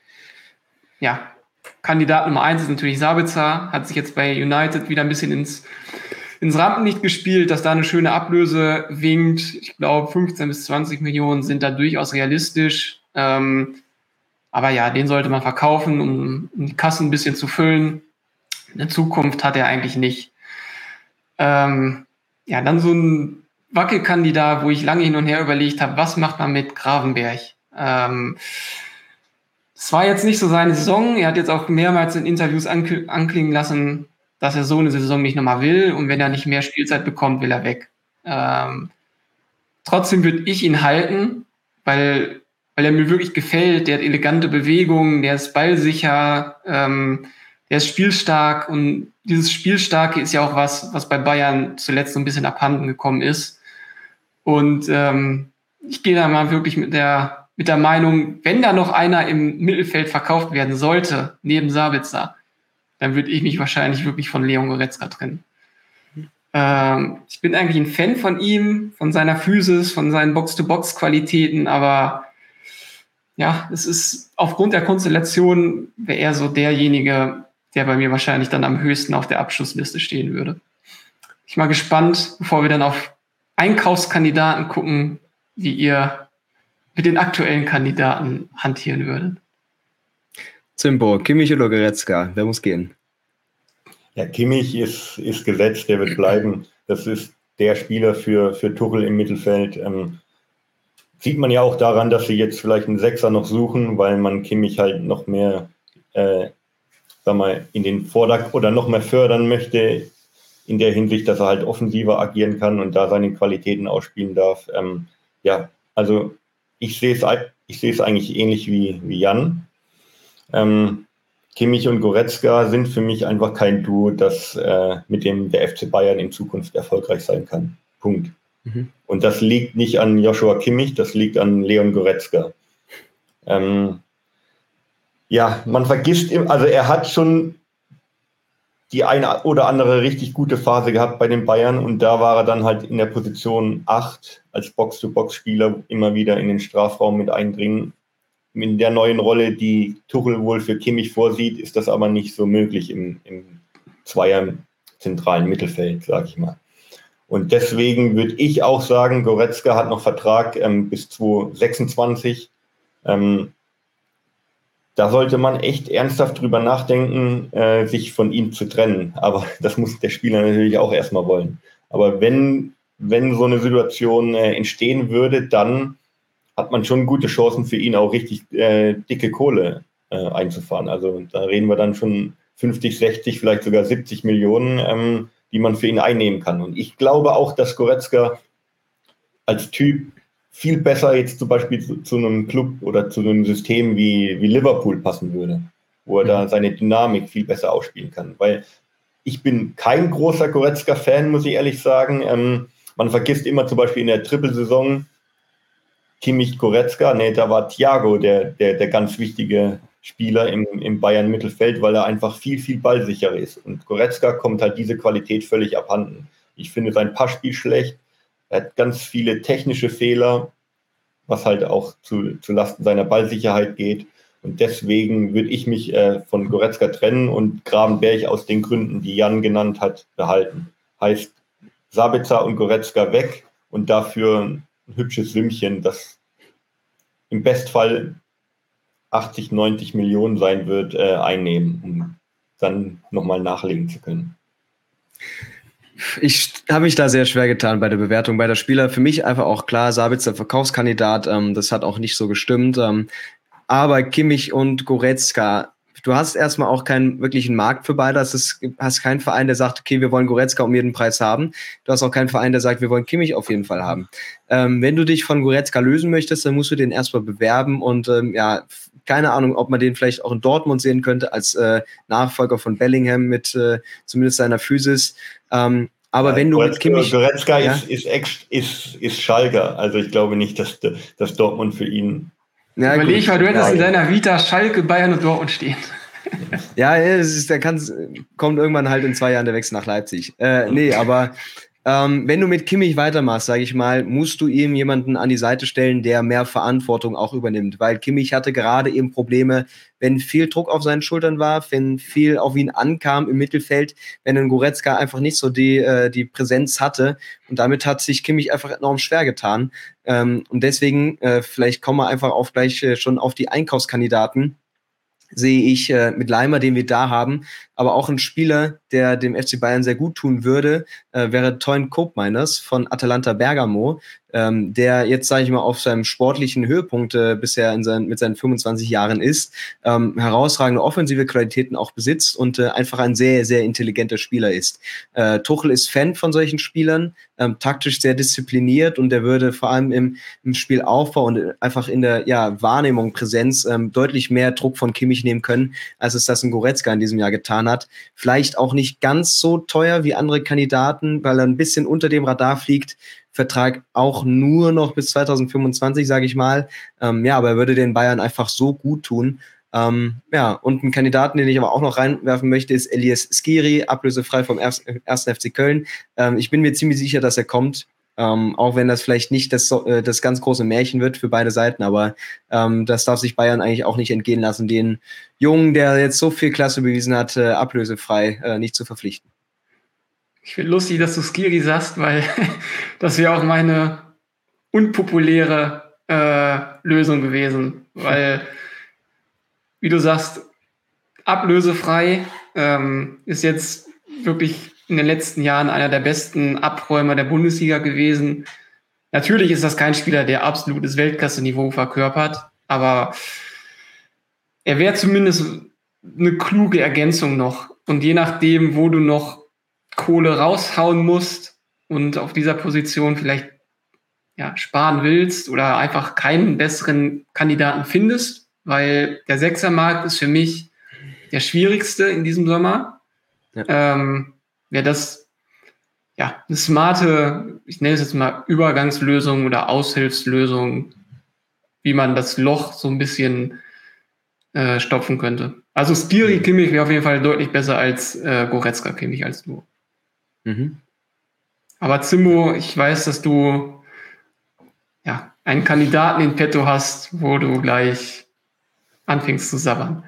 Speaker 2: ja, Kandidat Nummer eins ist natürlich Sabitzer, hat sich jetzt bei United wieder ein bisschen ins, ins Rampenlicht gespielt, dass da eine schöne Ablöse winkt. Ich glaube, fünfzehn bis zwanzig Millionen sind da durchaus realistisch. Ähm, aber ja, den sollte man verkaufen, um, um die Kassen ein bisschen zu füllen. Eine Zukunft hat er eigentlich nicht. Ähm, ja, dann so ein Wackelkandidat, wo ich lange hin und her überlegt habe, was macht man mit Gravenberch? Ähm, es war jetzt nicht so seine Saison. Er hat jetzt auch mehrmals in Interviews ankl- anklingen lassen, dass er so eine Saison nicht nochmal will. Und wenn er nicht mehr Spielzeit bekommt, will er weg. Ähm, trotzdem würde ich ihn halten, weil, weil er mir wirklich gefällt. Der hat elegante Bewegungen, der ist ballsicher, ähm, der ist spielstark. Und dieses Spielstarke ist ja auch was, was bei Bayern zuletzt so ein bisschen abhanden gekommen ist. Und ähm, ich gehe da mal wirklich mit der mit der Meinung, wenn da noch einer im Mittelfeld verkauft werden sollte, neben Sabitzer, dann würde ich mich wahrscheinlich wirklich von Leon Goretzka trennen. Ähm, ich bin eigentlich ein Fan von ihm, von seiner Physis, von seinen Box-to-Box-Qualitäten, aber ja, es ist aufgrund der Konstellation, wäre er so derjenige, der bei mir wahrscheinlich dann am höchsten auf der Abschlussliste stehen würde. Ich bin mal gespannt, bevor wir dann auf Einkaufskandidaten gucken, wie ihr mit den aktuellen Kandidaten hantieren würdet.
Speaker 1: Zimbo, Kimmich oder Goretzka? Wer muss gehen?
Speaker 3: Ja, Kimmich ist, ist gesetzt, der wird bleiben. Das ist der Spieler für, für Tuchel im Mittelfeld. Ähm, sieht man ja auch daran, dass sie jetzt vielleicht einen Sechser noch suchen, weil man Kimmich halt noch mehr äh, sag mal, in den Vordergrund oder noch mehr fördern möchte, in der Hinsicht, dass er halt offensiver agieren kann und da seine Qualitäten ausspielen darf. Ähm, ja, also ich sehe es ich sehe es eigentlich ähnlich wie, wie Jan. Ähm, Kimmich und Goretzka sind für mich einfach kein Duo, das äh, mit dem der F C Bayern in Zukunft erfolgreich sein kann. Punkt. Mhm. Und das liegt nicht an Joshua Kimmich, das liegt an Leon Goretzka. Ähm, ja, man vergisst, also er hat schon die eine oder andere richtig gute Phase gehabt bei den Bayern und da war er dann halt in der Position acht als Box-to-Box-Spieler immer wieder in den Strafraum mit eindringen. In der neuen Rolle, die Tuchel wohl für Kimmich vorsieht, ist das aber nicht so möglich im, im Zweier zentralen Mittelfeld, sage ich mal. Und deswegen würde ich auch sagen, Goretzka hat noch Vertrag ähm, bis zwanzig sechsundzwanzig. Ähm, Da sollte man echt ernsthaft drüber nachdenken, äh, sich von ihm zu trennen. Aber das muss der Spieler natürlich auch erstmal wollen. Aber wenn, wenn so eine Situation äh, entstehen würde, dann hat man schon gute Chancen für ihn auch richtig äh, dicke Kohle äh, einzufahren. Also da reden wir dann schon fünfzig, sechzig, vielleicht sogar siebzig Millionen, ähm, die man für ihn einnehmen kann. Und ich glaube auch, dass Goretzka als Typ viel besser jetzt zum Beispiel zu, zu einem Club oder zu einem System wie, wie Liverpool passen würde, wo er mhm. da seine Dynamik viel besser ausspielen kann. Weil ich bin kein großer Goretzka-Fan, muss ich ehrlich sagen. Ähm, man vergisst immer zum Beispiel in der Trippelsaison Kimmich, Goretzka, nee, da war Thiago der, der, der ganz wichtige Spieler im, im Bayern-Mittelfeld, weil er einfach viel, viel ballsicherer ist. Und Goretzka kommt halt diese Qualität völlig abhanden. Ich finde sein Passspiel schlecht. Er hat ganz viele technische Fehler, was halt auch zu, zu Lasten seiner Ballsicherheit geht. Und deswegen würde ich mich äh, von Goretzka trennen und Gravenberch aus den Gründen, die Jan genannt hat, behalten. Heißt Sabitzer und Goretzka weg und dafür ein hübsches Sümmchen, das im Bestfall achtzig, neunzig Millionen sein wird, äh, einnehmen, um dann nochmal nachlegen zu können.
Speaker 1: Ich habe mich da sehr schwer getan bei der Bewertung beider Spieler. Für mich einfach auch klar, Sabitzer Verkaufskandidat, ähm, das hat auch nicht so gestimmt. Ähm, aber Kimmich und Goretzka, du hast erstmal auch keinen wirklichen Markt für beide. Du hast keinen Verein, der sagt, okay, wir wollen Goretzka um jeden Preis haben. Du hast auch keinen Verein, der sagt, wir wollen Kimmich auf jeden Fall haben. Ähm, wenn du dich von Goretzka lösen möchtest, dann musst du den erstmal bewerben und ähm, ja, keine Ahnung, ob man den vielleicht auch in Dortmund sehen könnte als äh, Nachfolger von Bellingham mit äh, zumindest seiner Physis. Ähm, aber ja, wenn du
Speaker 3: Goretzka,
Speaker 1: mit Kimmich...
Speaker 3: Goretzka ja? ist, ist, ist, ist Schalker. Also ich glaube nicht, dass, dass Dortmund für ihn...
Speaker 2: Ja, Überleg mal, du hättest ja, in deiner Vita Schalke, Bayern und Dortmund stehen.
Speaker 1: Ja, es ist, der kann, kommt irgendwann halt in zwei Jahren der Wechsel nach Leipzig. Äh, nee, aber ähm, wenn du mit Kimmich weitermachst, sage ich mal, musst du ihm jemanden an die Seite stellen, der mehr Verantwortung auch übernimmt. Weil Kimmich hatte gerade eben Probleme, wenn viel Druck auf seinen Schultern war, wenn viel auf ihn ankam im Mittelfeld, wenn ein Goretzka einfach nicht so die, äh, die Präsenz hatte. Und damit hat sich Kimmich einfach enorm schwer getan. Ähm, und deswegen, äh, vielleicht kommen wir einfach auf gleich äh, schon auf die Einkaufskandidaten. Sehe ich äh, mit Leimer, den wir da haben, aber auch ein Spieler, der dem F C Bayern sehr gut tun würde, äh, wäre Toyn Koopmeiners von Atalanta Bergamo, ähm, der jetzt, sage ich mal, auf seinem sportlichen Höhepunkt äh, bisher in seinen, mit seinen fünfundzwanzig Jahren ist, ähm, herausragende offensive Qualitäten auch besitzt und äh, einfach ein sehr, sehr intelligenter Spieler ist. Äh, Tuchel ist Fan von solchen Spielern, ähm, taktisch sehr diszipliniert und der würde vor allem im, im Spielaufbau und einfach in der ja, Wahrnehmung, Präsenz ähm, deutlich mehr Druck von Kimmich nehmen können, als es das ein Goretzka in diesem Jahr getan hat. Vielleicht auch nicht ganz so teuer wie andere Kandidaten, weil er ein bisschen unter dem Radar fliegt. Vertrag auch nur noch bis zwanzig fünfundzwanzig, sage ich mal. Ähm, ja, aber er würde den Bayern einfach so gut tun. Ähm, ja, und ein Kandidaten, den ich aber auch noch reinwerfen möchte, ist Elias Skiri, ablösefrei vom ersten F C Köln. Ähm, ich bin mir ziemlich sicher, dass er kommt. Ähm, auch wenn das vielleicht nicht das, äh, das ganz große Märchen wird für beide Seiten, aber ähm, das darf sich Bayern eigentlich auch nicht entgehen lassen, den Jungen, der jetzt so viel Klasse bewiesen hat, äh, ablösefrei äh, nicht zu verpflichten.
Speaker 2: Ich finde lustig, dass du Skiri sagst, weil das wäre auch meine unpopuläre äh, Lösung gewesen, weil, wie du sagst, ablösefrei ähm, ist jetzt wirklich in den letzten Jahren einer der besten Abräumer der Bundesliga gewesen. Natürlich ist das kein Spieler, der absolutes Weltklasse-Niveau verkörpert, aber er wäre zumindest eine kluge Ergänzung noch. Und je nachdem, wo du noch Kohle raushauen musst und auf dieser Position vielleicht ja, sparen willst oder einfach keinen besseren Kandidaten findest, weil der Sechsermarkt ist für mich der schwierigste in diesem Sommer. Ja. Ähm, wäre das ja eine smarte, ich nenne es jetzt mal Übergangslösung oder Aushilfslösung, wie man das Loch so ein bisschen äh, stopfen könnte. Also Skiri Kimmich wäre auf jeden Fall deutlich besser als äh, Goretzka Kimmich als du. Mhm. Aber Zimmo, ich weiß, dass du ja einen Kandidaten in petto hast, wo du gleich anfängst zu sabbern.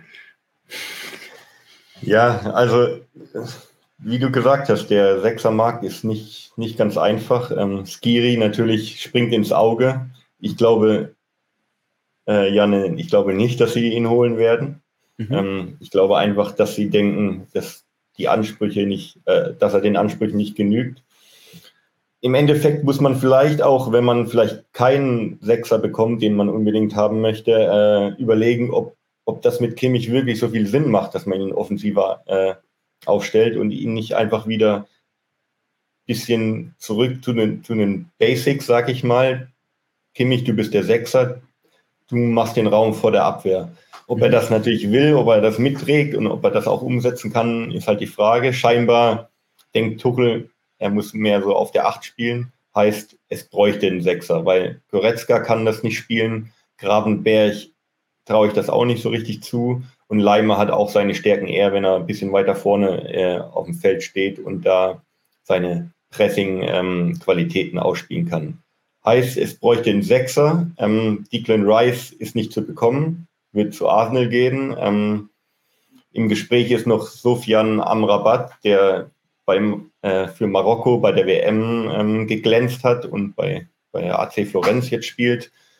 Speaker 3: Ja, also wie du gesagt hast, der Sechsermarkt ist nicht, nicht ganz einfach. Ähm, Skiri natürlich springt ins Auge. Ich glaube, äh, Janne, ich glaube nicht, dass sie ihn holen werden. Mhm. Ähm, ich glaube einfach, dass sie denken, dass die Ansprüche nicht, äh, dass er den Ansprüchen nicht genügt. Im Endeffekt muss man vielleicht auch, wenn man vielleicht keinen Sechser bekommt, den man unbedingt haben möchte, äh, überlegen, ob, ob das mit Kimmich wirklich so viel Sinn macht, dass man ihn offensiver äh, aufstellt und ihn nicht einfach wieder ein bisschen zurück zu den, zu den Basics, sag ich mal. Kimmich, du bist der Sechser, du machst den Raum vor der Abwehr. Ob er das natürlich will, ob er das mitträgt und ob er das auch umsetzen kann, ist halt die Frage. Scheinbar denkt Tuchel, er muss mehr so auf der Acht spielen. Heißt, es bräuchte einen Sechser, weil Goretzka kann das nicht spielen. Gravenberg traue ich das auch nicht so richtig zu. Und Leimer hat auch seine Stärken eher, wenn er ein bisschen weiter vorne äh, auf dem Feld steht und da seine Pressing-Qualitäten ähm, ausspielen kann. Heißt, es bräuchte einen Sechser. Ähm, Declan Rice ist nicht zu bekommen, wird zu Arsenal gehen. Ähm, Im Gespräch ist noch Sofian Amrabat, der beim, äh, für Marokko bei der W M ähm, geglänzt hat und bei, bei A C Florenz jetzt spielt.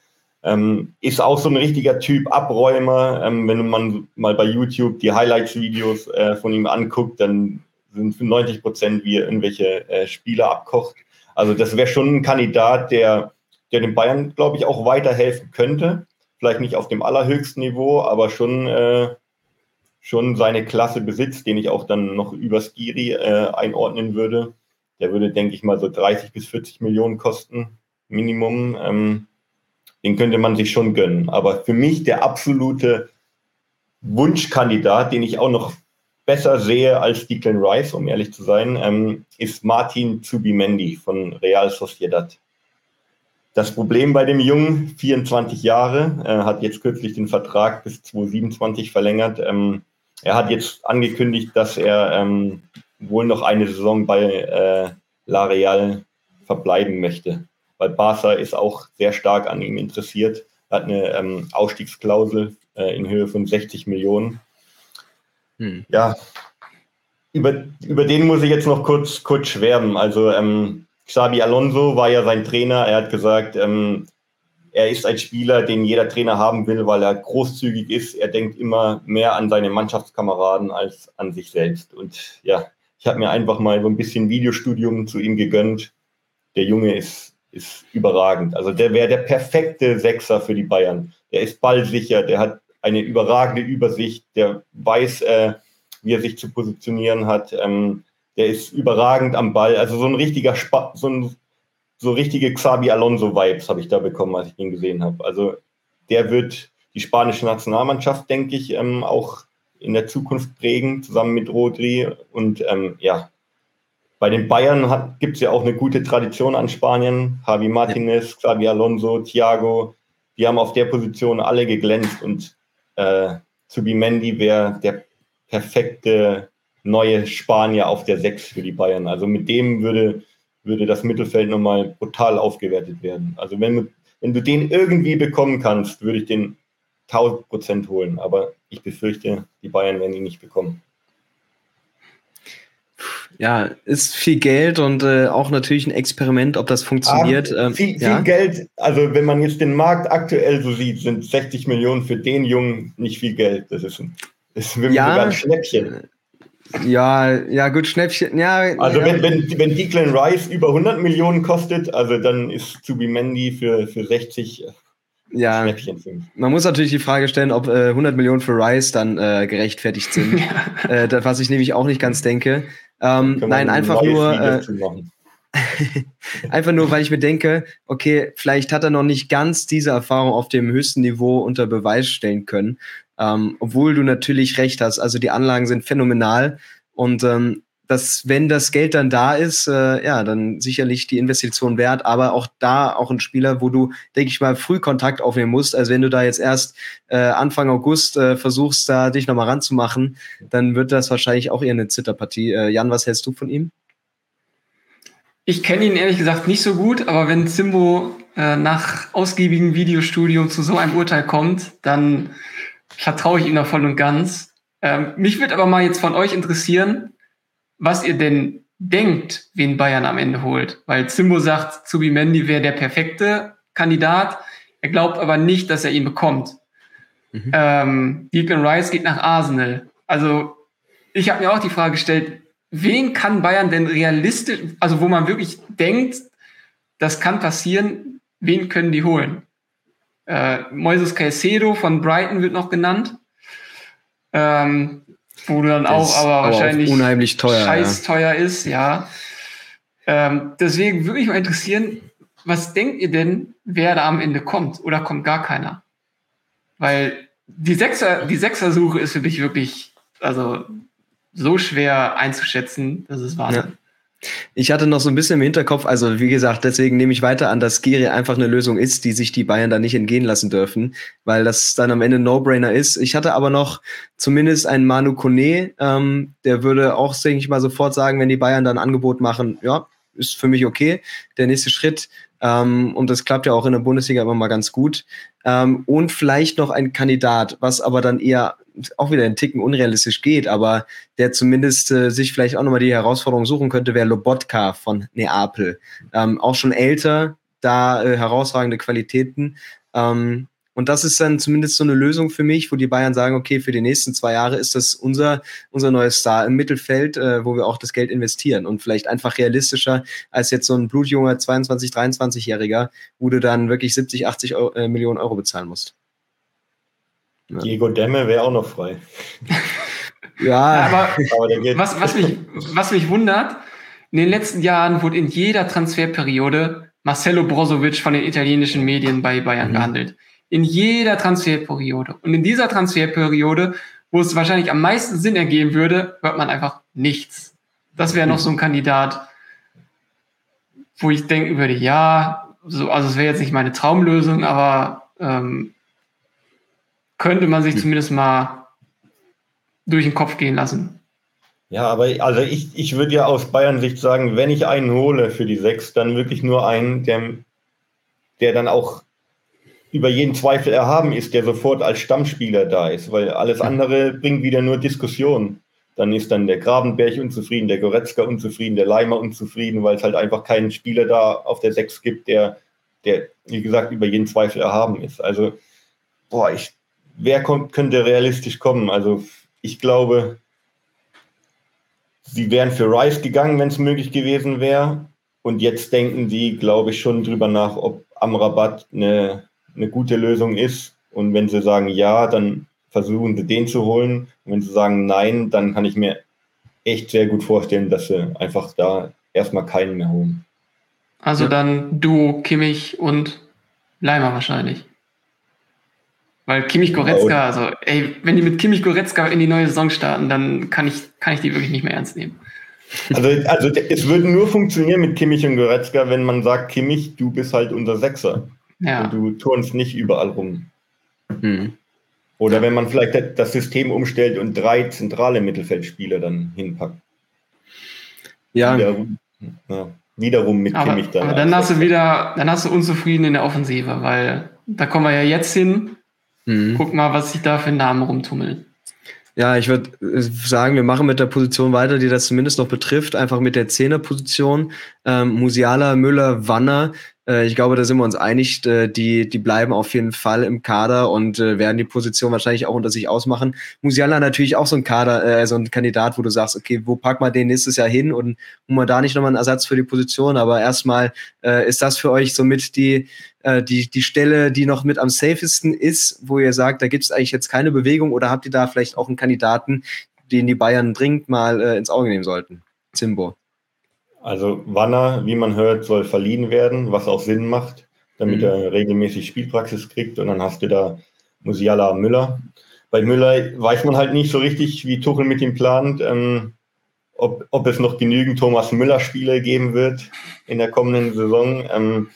Speaker 3: Ähm, ist auch so ein richtiger Typ Abräumer. Ähm, wenn man mal bei YouTube die Highlights-Videos äh, von ihm anguckt, dann sind für neunzig Prozent wie er irgendwelche äh, Spieler abkocht. Also das wäre schon ein Kandidat, der, der den Bayern, glaube ich, auch weiterhelfen könnte. Vielleicht nicht auf dem allerhöchsten Niveau, aber schon, äh, schon seine Klasse besitzt, den ich auch dann noch über Skiri äh, einordnen würde. Der würde, denke ich mal, so dreißig bis vierzig Millionen kosten, Minimum. Ähm, Den könnte man sich schon gönnen. Aber für mich der absolute Wunschkandidat, den ich auch noch besser sehe als Declan Rice, um ehrlich zu sein, ähm, ist Martin Zubimendi von Real Sociedad. Das Problem bei dem Jungen, vierundzwanzig Jahre, äh, hat jetzt kürzlich den Vertrag bis zwanzig siebenundzwanzig verlängert. Ähm, er hat jetzt angekündigt, dass er ähm, wohl noch eine Saison bei äh, La Real verbleiben möchte. Weil Barca ist auch sehr stark an ihm interessiert. Er hat eine ähm, Ausstiegsklausel äh, in Höhe von sechzig Millionen. Hm. Ja, über, über den muss ich jetzt noch kurz, kurz schwärmen. Also ähm, Xabi Alonso war ja sein Trainer. Er hat gesagt, ähm, er ist ein Spieler, den jeder Trainer haben will, weil er großzügig ist. Er denkt immer mehr an seine Mannschaftskameraden als an sich selbst. Und ja, ich habe mir einfach mal so ein bisschen Videostudium zu ihm gegönnt. Der Junge ist ist überragend. Also der wäre der perfekte Sechser für die Bayern. Der ist ballsicher, der hat eine überragende Übersicht, der weiß, äh, wie er sich zu positionieren hat. Ähm, der ist überragend am Ball. Also so ein richtiger, Spa- so, ein, so richtige Xabi Alonso-Vibes habe ich da bekommen, als ich ihn gesehen habe. Also der wird die spanische Nationalmannschaft, denke ich, ähm, auch in der Zukunft prägen, zusammen mit Rodri. Und ähm, ja, bei den Bayern gibt es ja auch eine gute Tradition an Spanien. Javi Martinez, ja. Xabi Alonso, Thiago, die haben auf der Position alle geglänzt. Und äh, Zubimendi wäre der perfekte neue Spanier auf der Sechs für die Bayern. Also mit dem würde, würde das Mittelfeld nochmal brutal aufgewertet werden. Also wenn, wenn du den irgendwie bekommen kannst, würde ich den tausend Prozent holen. Aber ich befürchte, die Bayern werden ihn nicht bekommen.
Speaker 1: Ja, ist viel Geld und äh, auch natürlich ein Experiment, ob das funktioniert.
Speaker 3: Ah, viel, ja? viel Geld, also wenn man jetzt den Markt aktuell so sieht, sind sechzig Millionen für den Jungen nicht viel Geld. Das ist, ein, das ist ja, sogar ein Schnäppchen.
Speaker 1: Ja, ja, gut, Schnäppchen, ja.
Speaker 3: Also
Speaker 1: ja.
Speaker 3: wenn, wenn, wenn Declan Rice über hundert Millionen kostet, also dann ist Zubimendi für, für sechzig
Speaker 1: ja, ein Schnäppchen für mich. Man muss natürlich die Frage stellen, ob äh, hundert Millionen für Rice dann äh, gerechtfertigt sind. äh, das, was ich nämlich auch nicht ganz denke. Ähm, nein, einfach nur, äh, einfach nur, weil ich mir denke, okay, vielleicht hat er noch nicht ganz diese Erfahrung auf dem höchsten Niveau unter Beweis stellen können, ähm, obwohl du natürlich recht hast. Also die Anlagen sind phänomenal und ähm, dass, wenn das Geld dann da ist, äh, ja, dann sicherlich die Investition wert, aber auch da auch ein Spieler, wo du, denke ich mal, früh Kontakt aufnehmen musst. Also wenn du da jetzt erst äh, Anfang August äh, versuchst, da dich nochmal ranzumachen, dann wird das wahrscheinlich auch eher eine Zitterpartie. Äh, Jan, was hältst du von ihm?
Speaker 2: Ich kenne ihn ehrlich gesagt nicht so gut, aber wenn Zimbo äh, nach ausgiebigem Videostudium zu so einem Urteil kommt, dann vertraue ich ihm da voll und ganz. Ähm, mich würde aber mal jetzt von euch interessieren, was ihr denn denkt, wen Bayern am Ende holt. Weil Zimbo sagt, Zubimendi wäre der perfekte Kandidat. Er glaubt aber nicht, dass er ihn bekommt. Mhm. Ähm, Declan Rice geht nach Arsenal. Also ich habe mir auch die Frage gestellt, wen kann Bayern denn realistisch, also wo man wirklich denkt, das kann passieren, wen können die holen? Äh, Moises Caicedo von Brighton wird noch genannt. Ähm, wo du dann das auch aber, aber wahrscheinlich
Speaker 1: auch unheimlich teuer,
Speaker 2: scheiß
Speaker 1: ja.
Speaker 2: teuer ist, ja. Ähm, deswegen würde mich mal interessieren, was denkt ihr denn, wer da am Ende kommt? Oder kommt gar keiner? Weil die Sechser, die Sechser-Suche ist für mich wirklich, also so schwer einzuschätzen, das ist Wahnsinn. Ja.
Speaker 1: Ich hatte noch so ein bisschen im Hinterkopf, also wie gesagt, deswegen nehme ich weiter an, dass Skiri einfach eine Lösung ist, die sich die Bayern da nicht entgehen lassen dürfen, weil das dann am Ende ein No-Brainer ist. Ich hatte aber noch zumindest einen Manu Kone, ähm, der würde auch, denke ich mal, sofort sagen, wenn die Bayern da ein Angebot machen, ja, ist für mich okay, der nächste Schritt. Ähm, und das klappt ja auch in der Bundesliga immer mal ganz gut. Ähm, und vielleicht noch ein Kandidat, was aber dann eher auch wieder einen Ticken unrealistisch geht, aber der zumindest äh, sich vielleicht auch nochmal die Herausforderung suchen könnte, wäre Lobotka von Neapel. Ähm, auch schon älter, da äh, herausragende Qualitäten. Ähm, Und das ist dann zumindest so eine Lösung für mich, wo die Bayern sagen, okay, für die nächsten zwei Jahre ist das unser, unser neuer Star im Mittelfeld, äh, wo wir auch das Geld investieren und vielleicht einfach realistischer als jetzt so ein blutjunger zweiundzwanzig-, dreiundzwanzigjähriger, wo du dann wirklich siebzig, achtzig Euro, äh, Millionen Euro bezahlen musst.
Speaker 3: Ja. Diego Demme wäre auch noch frei.
Speaker 2: ja, aber, aber was, was, mich, was mich wundert, in den letzten Jahren wurde in jeder Transferperiode Marcelo Brozovic von den italienischen Medien bei Bayern mhm. gehandelt. In jeder Transferperiode. Und in dieser Transferperiode, wo es wahrscheinlich am meisten Sinn ergeben würde, hört man einfach nichts. Das wäre noch so ein Kandidat, wo ich denken würde, ja, so, also es wäre jetzt nicht meine Traumlösung, aber ähm, könnte man sich zumindest mal durch den Kopf gehen lassen.
Speaker 3: Ja, aber also ich, ich würde ja aus Bayern-Sicht sagen, wenn ich einen hole für die sechs, dann wirklich nur einen, der, der dann auch über jeden Zweifel erhaben ist, der sofort als Stammspieler da ist, weil alles andere bringt wieder nur Diskussionen. Dann ist dann der Gravenberch unzufrieden, der Goretzka unzufrieden, der Leimer unzufrieden, weil es halt einfach keinen Spieler da auf der sechs gibt, der, der, wie gesagt, über jeden Zweifel erhaben ist. Also, boah, ich, wer kommt, könnte realistisch kommen? Also, ich glaube, sie wären für Rice gegangen, wenn es möglich gewesen wäre. Und jetzt denken sie, glaube ich, schon drüber nach, ob Amrabat eine eine gute Lösung ist. Und wenn sie sagen ja, dann versuchen sie den zu holen. Und wenn sie sagen nein, dann kann ich mir echt sehr gut vorstellen, dass sie einfach da erstmal keinen mehr holen.
Speaker 2: Also ja. Dann Duo Kimmich und Leimer wahrscheinlich. Weil Kimmich-Goretzka, also ey, wenn die mit Kimmich-Goretzka in die neue Saison starten, dann kann ich, kann ich die wirklich nicht mehr ernst nehmen.
Speaker 3: Also, also es würde nur funktionieren mit Kimmich und Goretzka, wenn man sagt, Kimmich, du bist halt unser Sechser. Ja. Und du turnst nicht überall rum. Hm. Oder wenn man vielleicht das System umstellt und drei zentrale Mittelfeldspieler dann hinpackt.
Speaker 1: Ja.
Speaker 3: Wiederum, ja, wiederum mit
Speaker 2: aber,
Speaker 3: Kimmich dann.
Speaker 2: Aber dann hast du wieder, dann hast du unzufrieden in der Offensive, weil da kommen wir ja jetzt hin. Hm. Guck mal, was sich da für Namen rumtummeln.
Speaker 1: Ja, ich würde sagen, wir machen mit der Position weiter, die das zumindest noch betrifft, einfach mit der Zehnerposition. Ähm, Musiala, Müller, Wanner. Äh, ich glaube, da sind wir uns einig, äh, die, die bleiben auf jeden Fall im Kader und äh, werden die Position wahrscheinlich auch unter sich ausmachen. Musiala natürlich auch so ein Kader, äh, so ein Kandidat, wo du sagst, okay, wo packen wir den nächstes Jahr hin und holen wir da nicht nochmal einen Ersatz für die Position, aber erstmal äh, ist das für euch somit die, äh, die, die Stelle, die noch mit am safesten ist, wo ihr sagt, da gibt es eigentlich jetzt keine Bewegung, oder habt ihr da vielleicht auch einen Kandidaten, den die Bayern dringend mal äh, ins Auge nehmen sollten? Zimbo.
Speaker 3: Also Wanner, wie man hört, soll verliehen werden, was auch Sinn macht, damit mhm. er regelmäßig Spielpraxis kriegt. Und dann hast du da Musiala, Müller. Bei Müller weiß man halt nicht so richtig, wie Tuchel mit ihm plant, ähm, ob, ob es noch genügend Thomas Müller-Spiele geben wird in der kommenden Saison. Ähm,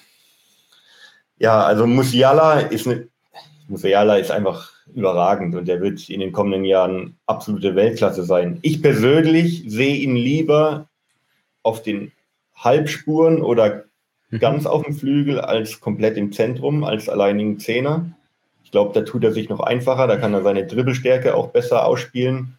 Speaker 3: ja, also Musiala ist, eine, Musiala ist einfach überragend und der wird in den kommenden Jahren absolute Weltklasse sein. Ich persönlich sehe ihn lieber auf den Halbspuren oder ganz auf dem Flügel als komplett im Zentrum, als alleinigen Zehner. Ich glaube, da tut er sich noch einfacher, da kann er seine Dribbelstärke auch besser ausspielen.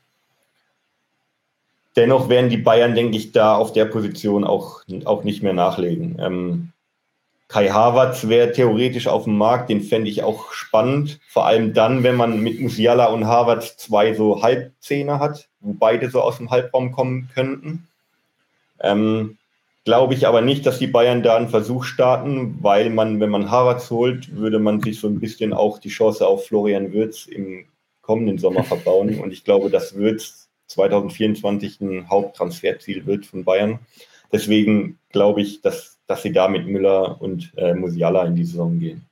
Speaker 3: Dennoch werden die Bayern, denke ich, da auf der Position auch, auch nicht mehr nachlegen. Ähm, Kai Havertz wäre theoretisch auf dem Markt, den fände ich auch spannend, vor allem dann, wenn man mit Musiala und Havertz zwei so Halbzehner hat, wo beide so aus dem Halbraum kommen könnten. Ähm, glaube ich aber nicht, dass die Bayern da einen Versuch starten, weil man, wenn man Havertz holt, würde man sich so ein bisschen auch die Chance auf Florian Wirtz im kommenden Sommer verbauen. Und ich glaube, dass Wirtz zwanzig vierundzwanzig ein Haupttransferziel wird von Bayern. Deswegen glaube ich, dass, dass sie da mit Müller und äh, Musiala in die Saison gehen.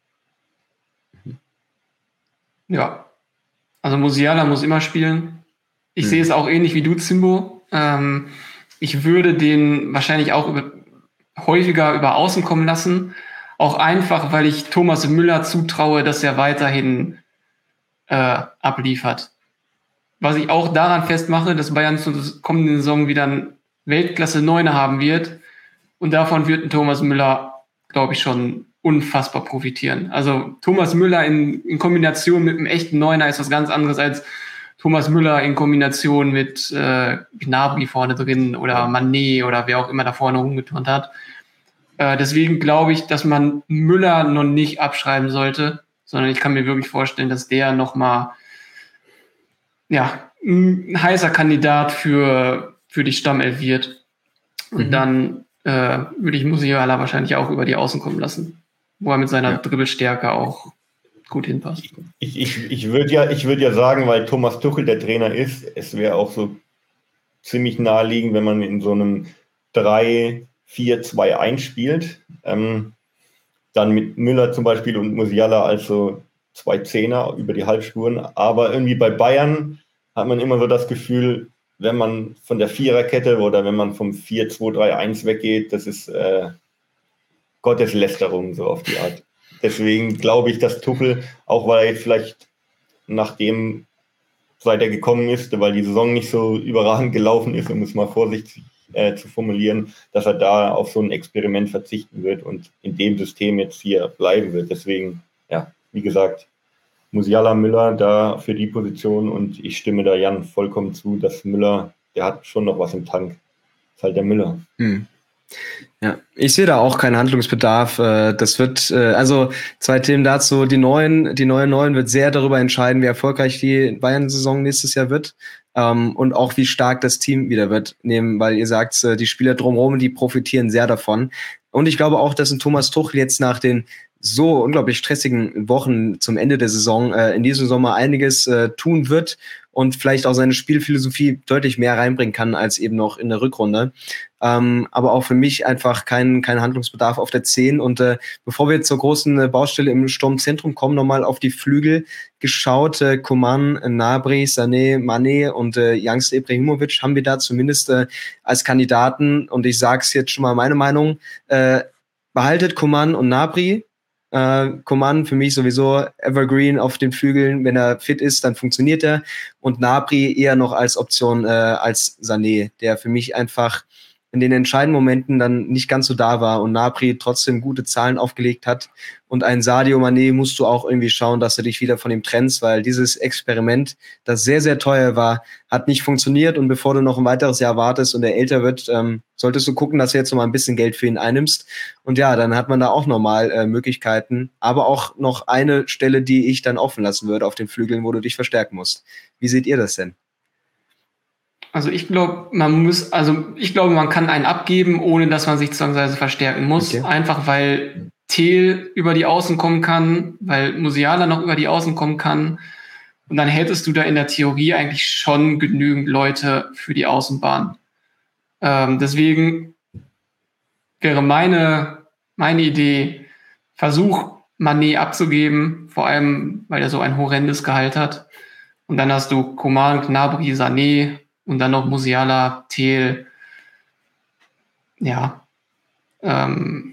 Speaker 2: Ja, also Musiala muss immer spielen. Ich hm. sehe es auch ähnlich wie du, Zimbo. Ähm, Ich würde den wahrscheinlich auch über, häufiger über Außen kommen lassen. Auch einfach, weil ich Thomas Müller zutraue, dass er weiterhin äh, abliefert. Was ich auch daran festmache, dass Bayern zur kommenden Saison wieder einen Weltklasse-Neuner haben wird. Und davon wird ein Thomas Müller, glaube ich, schon unfassbar profitieren. Also Thomas Müller in, in Kombination mit einem echten Neuner ist was ganz anderes als Thomas Müller in Kombination mit äh, Gnabry vorne drin oder Mané oder wer auch immer da vorne rumgeturnt hat. Äh, deswegen glaube ich, dass man Müller noch nicht abschreiben sollte, sondern ich kann mir wirklich vorstellen, dass der nochmal ja, ein heißer Kandidat für, für die Stammelf wird. Und mhm. dann äh, würde ich Musiala wahrscheinlich auch über die Außen kommen lassen, wo er mit seiner ja. Dribbelstärke auch gut hinpasst.
Speaker 3: Ich, ich, ich würde ja, ich würd ja sagen, weil Thomas Tuchel der Trainer ist, es wäre auch so ziemlich naheliegend, wenn man in so einem drei vier zwei eins spielt, ähm, dann mit Müller zum Beispiel und Musiala als so zwei Zehner über die Halbspuren. Aber irgendwie bei Bayern hat man immer so das Gefühl, wenn man von der Viererkette oder wenn man vom vier zwei drei eins weggeht, das ist äh, Gotteslästerung, so auf die Art. Deswegen glaube ich, dass Tuchel, auch weil er jetzt vielleicht nachdem, seit er gekommen ist, weil die Saison nicht so überragend gelaufen ist, um es mal vorsichtig äh, zu formulieren, dass er da auf so ein Experiment verzichten wird und in dem System jetzt hier bleiben wird. Deswegen, ja, wie gesagt, Musiala, Müller da für die Position und ich stimme da Jan vollkommen zu, dass Müller, der hat schon noch was im Tank. Ist halt der Müller.
Speaker 1: Hm. Ja, ich sehe da auch keinen Handlungsbedarf. Das wird, also zwei Themen dazu. Die neuen, die neue Neuen wird sehr darüber entscheiden, wie erfolgreich die Bayern-Saison nächstes Jahr wird. Und auch wie stark das Team wieder wird, nehmen, weil ihr sagt, die Spieler drumherum, die profitieren sehr davon. Und ich glaube auch, dass ein Thomas Tuchel jetzt nach den so unglaublich stressigen Wochen zum Ende der Saison äh, in diesem Sommer einiges äh, tun wird und vielleicht auch seine Spielphilosophie deutlich mehr reinbringen kann als eben noch in der Rückrunde. Ähm, aber auch für mich einfach kein, kein Handlungsbedarf auf der zehn. Und äh, bevor wir zur großen äh, Baustelle im Sturmzentrum kommen, nochmal auf die Flügel geschaut. Äh, Coman, Gnabry, Sané, Mané und äh, Youngster Ibrahimovic haben wir da zumindest äh, als Kandidaten. Und ich sage es jetzt schon mal meine Meinung, äh, behaltet Coman und Gnabry. Äh, Coman für mich sowieso Evergreen auf den Flügeln, wenn er fit ist, dann funktioniert er und Gnabry eher noch als Option äh, als Sané, der für mich einfach in den entscheidenden Momenten dann nicht ganz so da war und Gnabry trotzdem gute Zahlen aufgelegt hat und ein Sadio Mané musst du auch irgendwie schauen, dass du dich wieder von ihm trennst, weil dieses Experiment, das sehr, sehr teuer war, hat nicht funktioniert und bevor du noch ein weiteres Jahr wartest und er älter wird, ähm, solltest du gucken, dass du jetzt noch mal ein bisschen Geld für ihn einnimmst und ja, dann hat man da auch nochmal äh, Möglichkeiten, aber auch noch eine Stelle, die ich dann offen lassen würde auf den Flügeln, wo du dich verstärken musst. Wie seht ihr das denn?
Speaker 2: Also ich glaube, man muss, also ich glaube, man kann einen abgeben, ohne dass man sich zwangsweise verstärken muss. Okay. Einfach weil Thiel über die Außen kommen kann, weil Musiala noch über die Außen kommen kann. Und dann hättest du da in der Theorie eigentlich schon genügend Leute für die Außenbahn. Ähm, deswegen wäre meine, meine Idee, Versuch, Mané abzugeben, vor allem, weil er so ein horrendes Gehalt hat. Und dann hast du Coman, Gnabry, Sané, und dann noch Musiala, Thiel. Ja. Ähm,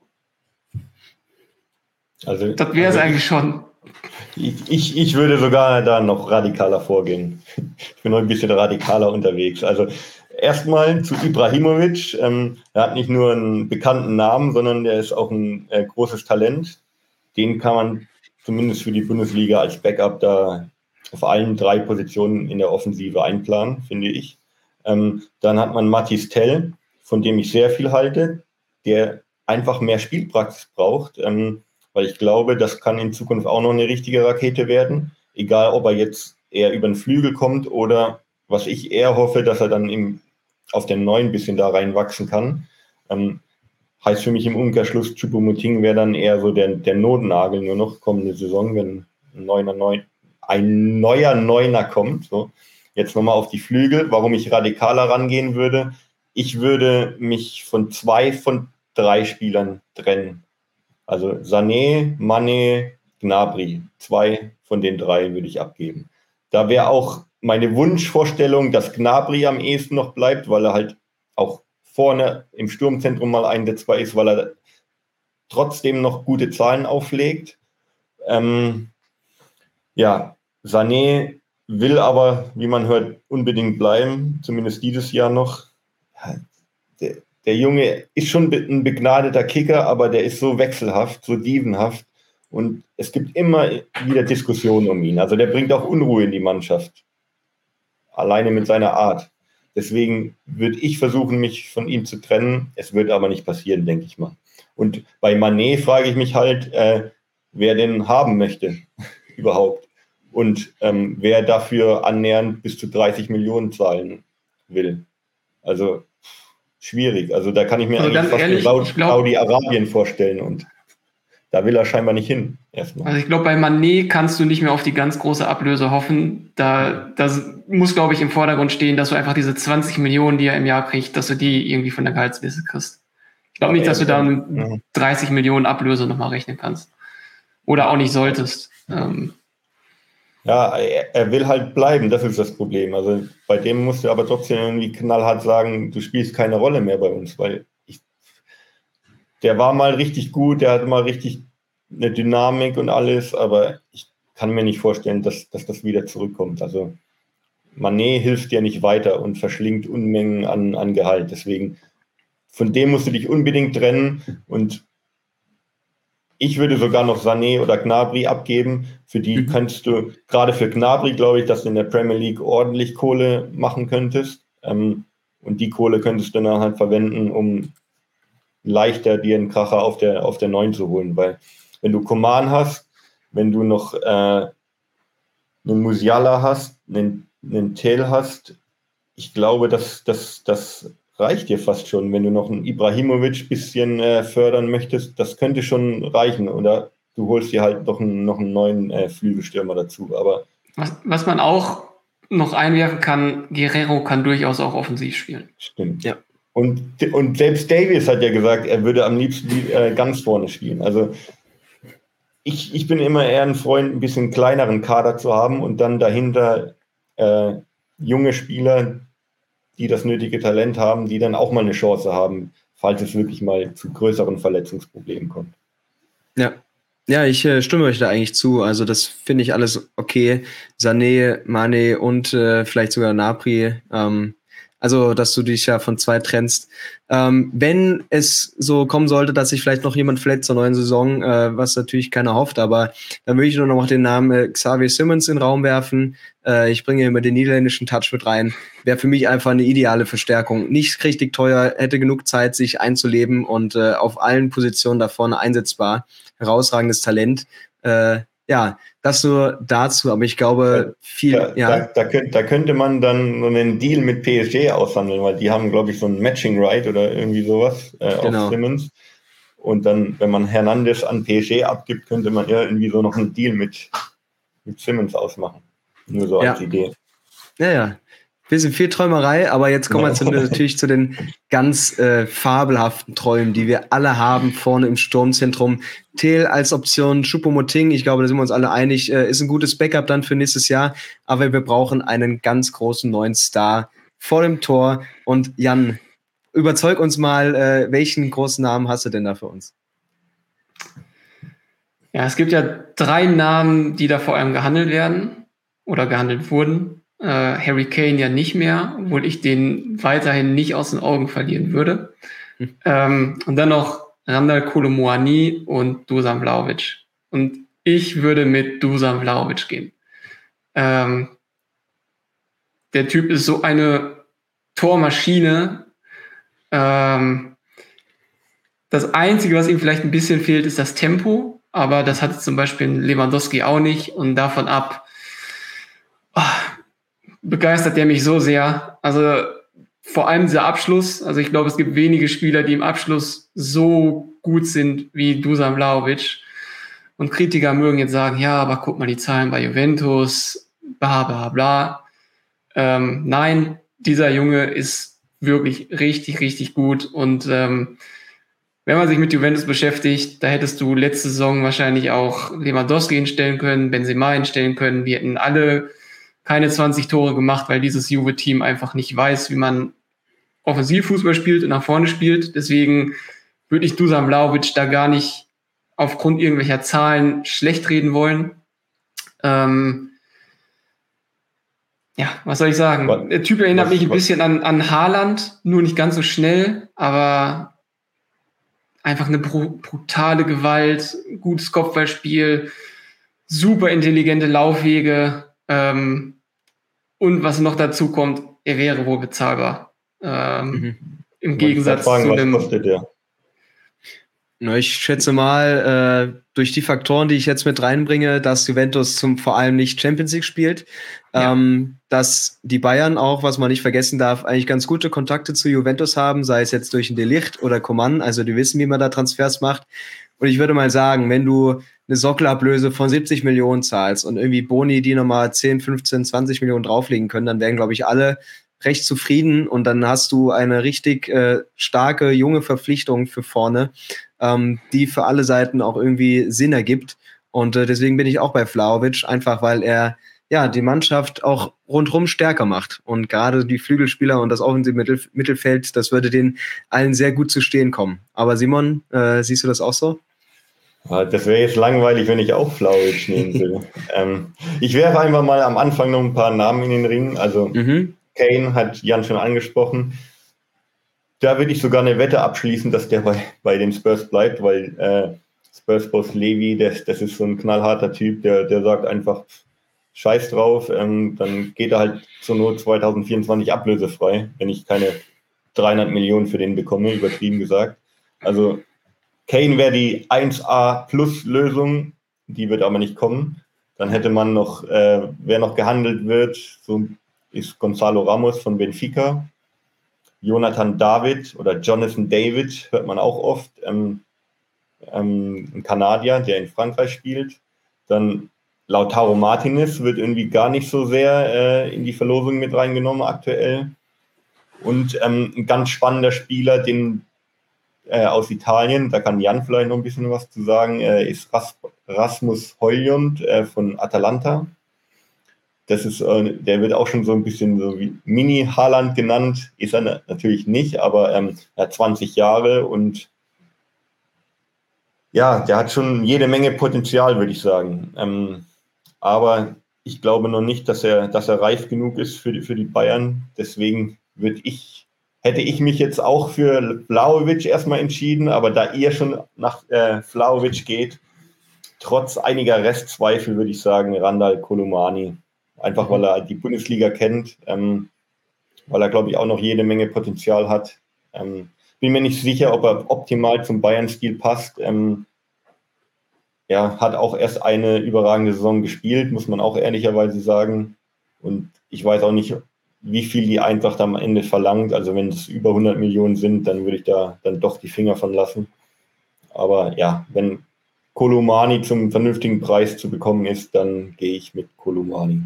Speaker 3: also,
Speaker 2: das wäre es
Speaker 3: also
Speaker 2: eigentlich schon.
Speaker 3: Ich, ich, ich würde sogar da noch radikaler vorgehen. Ich bin noch ein bisschen radikaler unterwegs. Also erstmal zu Ibrahimovic. Ähm, er hat nicht nur einen bekannten Namen, sondern der ist auch ein äh, großes Talent. Den kann man zumindest für die Bundesliga als Backup da auf allen drei Positionen in der Offensive einplanen, finde ich. Ähm, dann hat man Mathys Tell, von dem ich sehr viel halte, der einfach mehr Spielpraxis braucht, ähm, weil ich glaube, das kann in Zukunft auch noch eine richtige Rakete werden, egal ob er jetzt eher über den Flügel kommt oder, was ich eher hoffe, dass er dann im, auf den neuen bisschen da reinwachsen kann. Ähm, heißt für mich im Umkehrschluss, Choupo-Moting wäre dann eher so der, der Notnagel nur noch kommende Saison, wenn ein neuner Neun ein neuer Neuner kommt. So. Jetzt nochmal auf die Flügel, warum ich radikaler rangehen würde. Ich würde mich von zwei von drei Spielern trennen. Also Sané, Mané, Gnabry. Zwei von den drei würde ich abgeben. Da wäre auch meine Wunschvorstellung, dass Gnabry am ehesten noch bleibt, weil er halt auch vorne im Sturmzentrum mal einsetzbar ist, weil er trotzdem noch gute Zahlen auflegt. Ähm, ja, Sané will aber, wie man hört, unbedingt bleiben, zumindest dieses Jahr noch. Der, der Junge ist schon ein begnadeter Kicker, aber der ist so wechselhaft, so dievenhaft und es gibt immer wieder Diskussionen um ihn. Also der bringt auch Unruhe in die Mannschaft, alleine mit seiner Art. Deswegen würde ich versuchen, mich von ihm zu trennen. Es wird aber nicht passieren, denke ich mal. Und bei Mané frage ich mich halt, äh, wer den haben möchte überhaupt und ähm, wer dafür annähernd bis zu dreißig Millionen zahlen will. Also schwierig. Also da kann ich mir
Speaker 2: Also
Speaker 3: eigentlich
Speaker 2: ganz
Speaker 3: fast
Speaker 2: ehrlich,
Speaker 3: Saud-
Speaker 2: ich glaub-
Speaker 3: Saudi-Arabien vorstellen und da will er scheinbar nicht hin erstmal.
Speaker 2: Also ich glaube, bei Mané kannst du nicht mehr auf die ganz große Ablöse hoffen. Da das muss, glaube ich, im Vordergrund stehen, dass du einfach diese zwanzig Millionen, die er im Jahr kriegt, dass du die irgendwie von der Gehaltsliste kriegst. Ich glaube nicht, dass du da mit dreißig Millionen Ablöse nochmal rechnen kannst. Oder auch nicht solltest. Ähm,
Speaker 3: Ja, er, er will halt bleiben, das ist das Problem. Also bei dem musst du aber trotzdem irgendwie knallhart sagen, du spielst keine Rolle mehr bei uns, weil ich, der war mal richtig gut, der hatte mal richtig eine Dynamik und alles, aber ich kann mir nicht vorstellen, dass, dass das wieder zurückkommt. Also Mané hilft dir nicht weiter und verschlingt Unmengen an, an Gehalt. Deswegen, von dem musst du dich unbedingt trennen und ich würde sogar noch Sané oder Gnabry abgeben. Für die mhm. könntest du, gerade für Gnabry, glaube ich, dass du in der Premier League ordentlich Kohle machen könntest. Ähm, und die Kohle könntest du dann halt verwenden, um leichter dir einen Kracher auf der, auf der neun zu holen. Weil wenn du Coman hast, wenn du noch äh, einen Musiala hast, einen, einen Tel hast, ich glaube, dass das das reicht dir fast schon, wenn du noch einen Ibrahimovic ein bisschen äh, fördern möchtest. Das könnte schon reichen. Oder du holst dir halt noch einen, noch einen neuen äh, Flügelstürmer dazu. Aber
Speaker 2: was, was man auch noch einwerfen kann, Guerrero kann durchaus auch offensiv spielen.
Speaker 3: Stimmt. Ja. Und, und selbst Davies hat ja gesagt, er würde am liebsten äh, ganz vorne spielen. Also ich, ich bin immer eher ein Freund, ein bisschen kleineren Kader zu haben und dann dahinter äh, junge Spieler, die das nötige Talent haben, die dann auch mal eine Chance haben, falls es wirklich mal zu größeren Verletzungsproblemen kommt.
Speaker 1: Ja, ja, ich äh, stimme euch da eigentlich zu. Also das finde ich alles okay. Sané, Mané und äh, vielleicht sogar Gnabry. Ähm, also, dass du dich ja von zwei trennst. Ähm, wenn es so kommen sollte, dass sich vielleicht noch jemand verletzt zur neuen Saison, äh, was natürlich keiner hofft, aber dann würde ich nur noch den Namen äh, Xavier Simons in den Raum werfen. Äh, ich bringe immer den niederländischen Touch mit rein. Wäre für mich einfach eine ideale Verstärkung. Nicht richtig teuer, hätte genug Zeit, sich einzuleben und äh, auf allen Positionen da vorne einsetzbar. Herausragendes Talent. Äh, ja, das nur dazu, aber ich glaube, viel,
Speaker 3: da,
Speaker 1: ja.
Speaker 3: Da, da, könnte, da könnte man dann so einen Deal mit P S G aushandeln, weil die haben, glaube ich, so ein Matching Right oder irgendwie sowas äh,
Speaker 1: Genau.
Speaker 3: auf Simmons. Und dann, wenn man Hernandez an P S G abgibt, könnte man ja irgendwie so noch einen Deal mit, mit Simmons ausmachen. Nur so als
Speaker 1: ja.
Speaker 3: Idee.
Speaker 1: Ja, ja. Bisschen viel Träumerei, aber jetzt kommen wir zu, natürlich zu den ganz äh, fabelhaften Träumen, die wir alle haben vorne im Sturmzentrum. Tel als Option, Choupo-Moting, ich glaube, da sind wir uns alle einig, äh, ist ein gutes Backup dann für nächstes Jahr, aber wir brauchen einen ganz großen neuen Star vor dem Tor. Und Jan, überzeug uns mal, äh, welchen großen Namen hast du denn da für uns?
Speaker 2: Ja, es gibt ja drei Namen, die da vor allem gehandelt werden oder gehandelt wurden. Äh, Harry Kane ja nicht mehr, obwohl ich den weiterhin nicht aus den Augen verlieren würde. Hm. Ähm, und dann noch Randal Kolo Muani und Dusan Vlahovic. Und ich würde mit Dusan Vlahovic gehen. Ähm, der Typ ist so eine Tormaschine. Ähm, das Einzige, was ihm vielleicht ein bisschen fehlt, ist das Tempo. Aber das hat zum Beispiel Lewandowski auch nicht. Und davon ab oh, begeistert der mich so sehr. Also vor allem dieser Abschluss. Also ich glaube, es gibt wenige Spieler, die im Abschluss so gut sind wie Dusan Vlahovic. Und Kritiker mögen jetzt sagen, ja, aber guck mal die Zahlen bei Juventus, bla bla bla. Ähm, nein, dieser Junge ist wirklich richtig, richtig gut. Und ähm, wenn man sich mit Juventus beschäftigt, da hättest du letzte Saison wahrscheinlich auch Lewandowski hinstellen können, Benzema hinstellen können. Die hätten alle keine zwanzig Tore gemacht, weil dieses Juve-Team einfach nicht weiß, wie man Offensivfußball spielt und nach vorne spielt. Deswegen würde ich Dusan Vlahovic da gar nicht aufgrund irgendwelcher Zahlen schlecht reden wollen. Ähm ja, was soll ich sagen? Was, Der Typ erinnert was, mich ein was? bisschen an, an Haaland, nur nicht ganz so schnell, aber einfach eine brutale Gewalt, gutes Kopfballspiel, super intelligente Laufwege ähm, und was noch dazu kommt, er wäre wohl bezahlbar. Ähm, mhm. Im Gegensatz
Speaker 3: fragen,
Speaker 2: zu einem...
Speaker 3: Was kostet der?
Speaker 1: Na, ich schätze mal, äh, durch die Faktoren, die ich jetzt mit reinbringe, dass Juventus zum vor allem nicht Champions League spielt,
Speaker 2: Ja.
Speaker 1: ähm, dass die Bayern auch, was man nicht vergessen darf, eigentlich ganz gute Kontakte zu Juventus haben, sei es jetzt durch ein De Ligt oder Coman, also die wissen, wie man da Transfers macht. Und ich würde mal sagen, wenn du eine Sockelablöse von siebzig Millionen zahlst und irgendwie Boni, die nochmal zehn, fünfzehn, zwanzig Millionen drauflegen können, dann wären, glaube ich, alle recht zufrieden und dann hast du eine richtig äh, starke, junge Verpflichtung für vorne, ähm, die für alle Seiten auch irgendwie Sinn ergibt. Und äh, deswegen bin ich auch bei Vlahovic, einfach weil er ja die Mannschaft auch rundherum stärker macht. Und gerade die Flügelspieler und das offensive Mittel Mittelfeld, das würde denen allen sehr gut zu stehen kommen. Aber Simon, äh, siehst du das auch so?
Speaker 3: Das wäre jetzt langweilig, wenn ich auch Vlahovic nehmen will. ähm, ich werfe einfach mal am Anfang noch ein paar Namen in den Ring. Also mhm. Kane hat Jan schon angesprochen. Da würde ich sogar eine Wette abschließen, dass der bei, bei den Spurs bleibt, weil äh, Spurs-Boss Levy, das, das ist so ein knallharter Typ, der, der sagt einfach, scheiß drauf, ähm, dann geht er halt zur Not zwanzig vierundzwanzig ablösefrei, wenn ich keine dreihundert Millionen für den bekomme, übertrieben gesagt. Also Kane wäre die eins A Plus Lösung, die wird aber nicht kommen. Dann hätte man noch, äh, wer noch gehandelt wird, so ist Gonzalo Ramos von Benfica. Jonathan David oder Jonathan David hört man auch oft. Ähm, ähm, ein Kanadier, der in Frankreich spielt. Dann Lautaro Martinez wird irgendwie gar nicht so sehr äh, in die Verlosung mit reingenommen aktuell. Und ähm, ein ganz spannender Spieler, den äh, aus Italien, da kann Jan vielleicht noch ein bisschen was zu sagen, äh, ist Ras- Rasmus Højlund äh, von Atalanta. Das ist, äh, der wird auch schon so ein bisschen so wie Mini-Haaland genannt, ist er na- natürlich nicht, aber ähm, er hat zwanzig Jahre und ja, der hat schon jede Menge Potenzial, würde ich sagen. Ähm, aber ich glaube noch nicht, dass er, dass er reif genug ist für die, für die Bayern. Deswegen würde ich, hätte ich mich jetzt auch für Vlahovic erstmal entschieden, aber da ihr schon nach äh, Vlahovic geht, trotz einiger Restzweifel würde ich sagen, Randal Kolomani. Einfach weil er die Bundesliga kennt, ähm, weil er, glaube ich, auch noch jede Menge Potenzial hat. Ähm, bin mir nicht sicher, ob er optimal zum Bayern-Stil passt. Ähm, er hat auch erst eine überragende Saison gespielt, muss man auch ehrlicherweise sagen. Und ich weiß auch nicht, wie viel die Eintracht am Ende verlangt. Also wenn es über hundert Millionen sind, dann würde ich da dann doch die Finger von lassen. Aber ja, wenn Kolomani zum vernünftigen Preis zu bekommen ist, dann gehe ich mit Kolomani.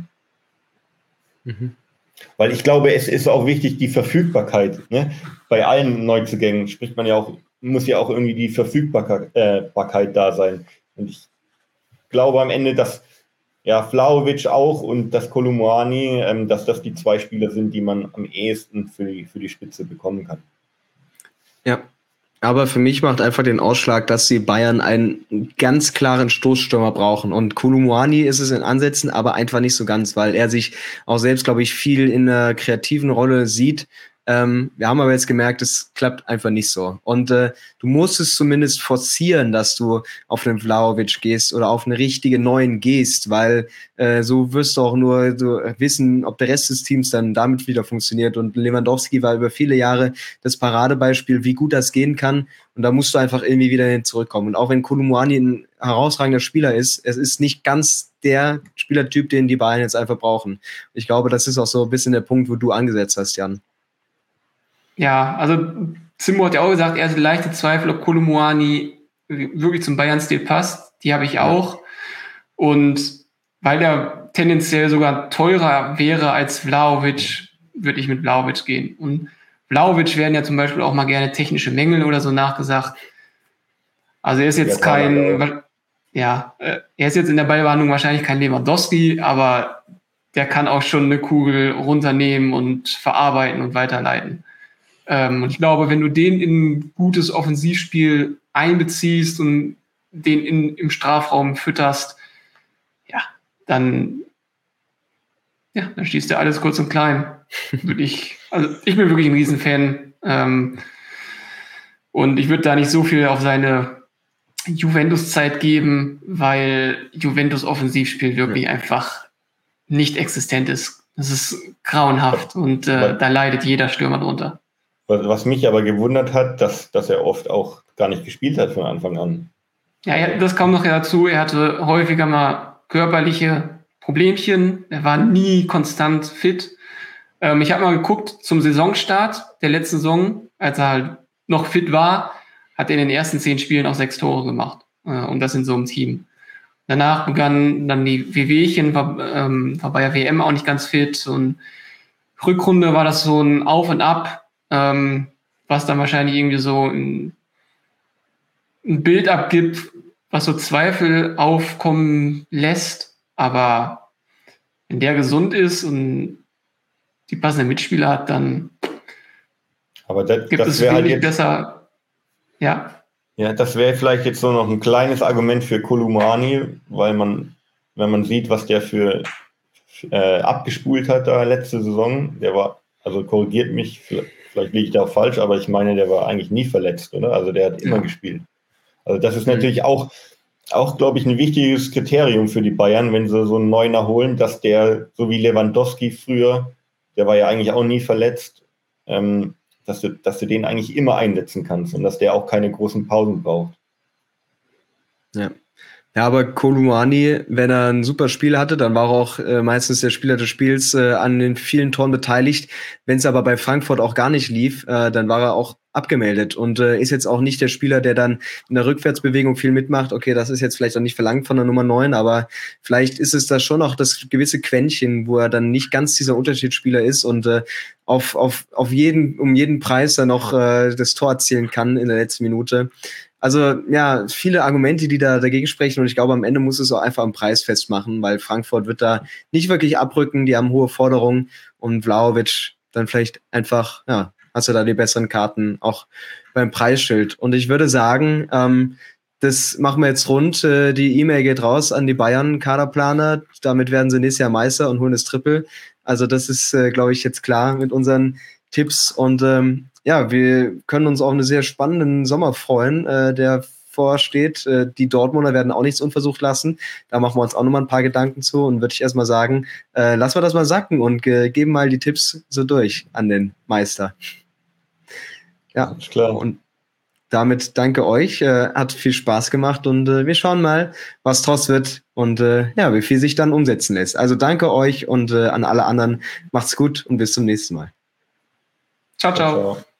Speaker 3: Mhm. Weil ich glaube, es ist auch wichtig, die Verfügbarkeit. Ne? Bei allen Neuzugängen spricht man ja auch, muss ja auch irgendwie die Verfügbarkeit äh, da sein. Und ich glaube am Ende, dass ja, Vlahovic auch und das Kolomani, ähm, dass das die zwei Spieler sind, die man am ehesten für die, für die Spitze bekommen kann.
Speaker 1: Ja. Aber für mich macht einfach den Ausschlag, dass die Bayern einen ganz klaren Stoßstürmer brauchen. Und Kolomouani ist es in Ansätzen, aber einfach nicht so ganz, weil er sich auch selbst, glaube ich, viel in einer kreativen Rolle sieht. Ähm, wir haben aber jetzt gemerkt, es klappt einfach nicht so. Und äh, du musst es zumindest forcieren, dass du auf einen Vlahovic gehst oder auf eine richtige Neuen gehst, weil äh, so wirst du auch nur so wissen, ob der Rest des Teams dann damit wieder funktioniert. Und Lewandowski war über viele Jahre das Paradebeispiel, wie gut das gehen kann. Und da musst du einfach irgendwie wieder hin zurückkommen. Und auch wenn Kolomouani ein herausragender Spieler ist, es ist nicht ganz der Spielertyp, den die Bayern jetzt einfach brauchen. Ich glaube, das ist auch so ein bisschen der Punkt, wo du angesetzt hast, Jan.
Speaker 2: Ja, also Simmo hat ja auch gesagt, er hat leichte Zweifel, ob Kolomouani wirklich zum Bayern-Stil passt. Die habe ich auch. Ja. Und weil er tendenziell sogar teurer wäre als Vlahovic, würde ich mit Vlahovic gehen. Und Vlahovic werden ja zum Beispiel auch mal gerne technische Mängel oder so nachgesagt. Also er ist jetzt ja, kein, ja, er ist jetzt in der Ballbehandlung wahrscheinlich kein Lewandowski, aber der kann auch schon eine Kugel runternehmen und verarbeiten und weiterleiten. Ähm, und ich glaube, wenn du den in ein gutes Offensivspiel einbeziehst und den in, im Strafraum fütterst, ja, dann, ja, dann schießt er alles kurz und klein. Würde ich, also ich bin wirklich ein Riesenfan. Ähm, und ich würde da nicht so viel auf seine Juventus-Zeit geben, weil Juventus Offensivspiel wirklich ja. einfach nicht existent ist. Das ist grauenhaft und äh, da leidet jeder Stürmer drunter.
Speaker 3: Was, was mich aber gewundert hat, dass, dass er oft auch gar nicht gespielt hat von Anfang an.
Speaker 2: Ja, das kam noch dazu. Er hatte häufiger mal körperliche Problemchen. Er war nie konstant fit. Ähm, ich habe mal geguckt zum Saisonstart der letzten Saison, als er halt noch fit war, hat er in den ersten zehn Spielen auch sechs Tore gemacht. Äh, und das in so einem Team. Danach begannen dann die Wehwehchen, war, ähm, war bei der W M auch nicht ganz fit. Und Rückrunde war das so ein Auf und Ab, ähm, was dann wahrscheinlich irgendwie so ein, ein Bild abgibt, was so Zweifel aufkommen lässt. Aber wenn der gesund ist und die passenden Mitspieler hat, dann
Speaker 3: aber das,
Speaker 2: gibt
Speaker 3: das
Speaker 2: es wenig
Speaker 3: halt jetzt,
Speaker 2: besser. Ja.
Speaker 3: Ja, das wäre vielleicht jetzt so noch ein kleines Argument für Kolumani, weil man, wenn man sieht, was der für äh, abgespult hat da letzte Saison, der war, also korrigiert mich, vielleicht, vielleicht liege ich da auch falsch, aber ich meine, der war eigentlich nie verletzt, oder? Also der hat immer
Speaker 2: Ja.
Speaker 3: gespielt. Also das ist
Speaker 2: Mhm.
Speaker 3: natürlich auch, auch glaube ich, ein wichtiges Kriterium für die Bayern, wenn sie so einen Neuner holen, dass der, so wie Lewandowski früher, der war ja eigentlich auch nie verletzt, ähm, dass du, dass du den eigentlich immer einsetzen kannst und dass der auch keine großen Pausen braucht.
Speaker 1: Ja. Ja, aber Kolumani, wenn er ein super Spiel hatte, dann war er auch äh, meistens der Spieler des Spiels äh, an den vielen Toren beteiligt. Wenn es aber bei Frankfurt auch gar nicht lief, äh, dann war er auch abgemeldet und äh, ist jetzt auch nicht der Spieler, der dann in der Rückwärtsbewegung viel mitmacht. Okay, das ist jetzt vielleicht auch nicht verlangt von der Nummer neun, aber vielleicht ist es da schon auch das gewisse Quäntchen, wo er dann nicht ganz dieser Unterschiedsspieler ist und äh, auf, auf, auf jeden, um jeden Preis dann noch äh, das Tor erzielen kann in der letzten Minute. Also ja, viele Argumente, die da dagegen sprechen und ich glaube, am Ende muss es auch einfach am Preis festmachen, weil Frankfurt wird da nicht wirklich abrücken, die haben hohe Forderungen und Vlahovic dann vielleicht einfach, ja, hast du da die besseren Karten auch beim Preisschild. Und ich würde sagen, ähm, das machen wir jetzt rund, äh, die E-Mail geht raus an die Bayern-Kaderplaner, damit werden sie nächstes Jahr Meister und holen das Triple. Also das ist, äh, glaube ich, jetzt klar mit unseren Tipps und ähm, ja, wir können uns auf einen sehr spannenden Sommer freuen, äh, der vorsteht. Äh, die Dortmunder werden auch nichts unversucht lassen. Da machen wir uns auch nochmal ein paar Gedanken zu und würde ich erstmal sagen, äh, lassen wir das mal sacken und äh, geben mal die Tipps so durch an den Meister. Ja,
Speaker 3: ist klar.
Speaker 1: Und damit danke euch. Äh, hat viel Spaß gemacht und äh, wir schauen mal, was draus wird und äh, ja, wie viel sich dann umsetzen lässt. Also danke euch und äh, an alle anderen. Macht's gut und bis zum nächsten Mal.
Speaker 2: Ciao, ciao. ciao.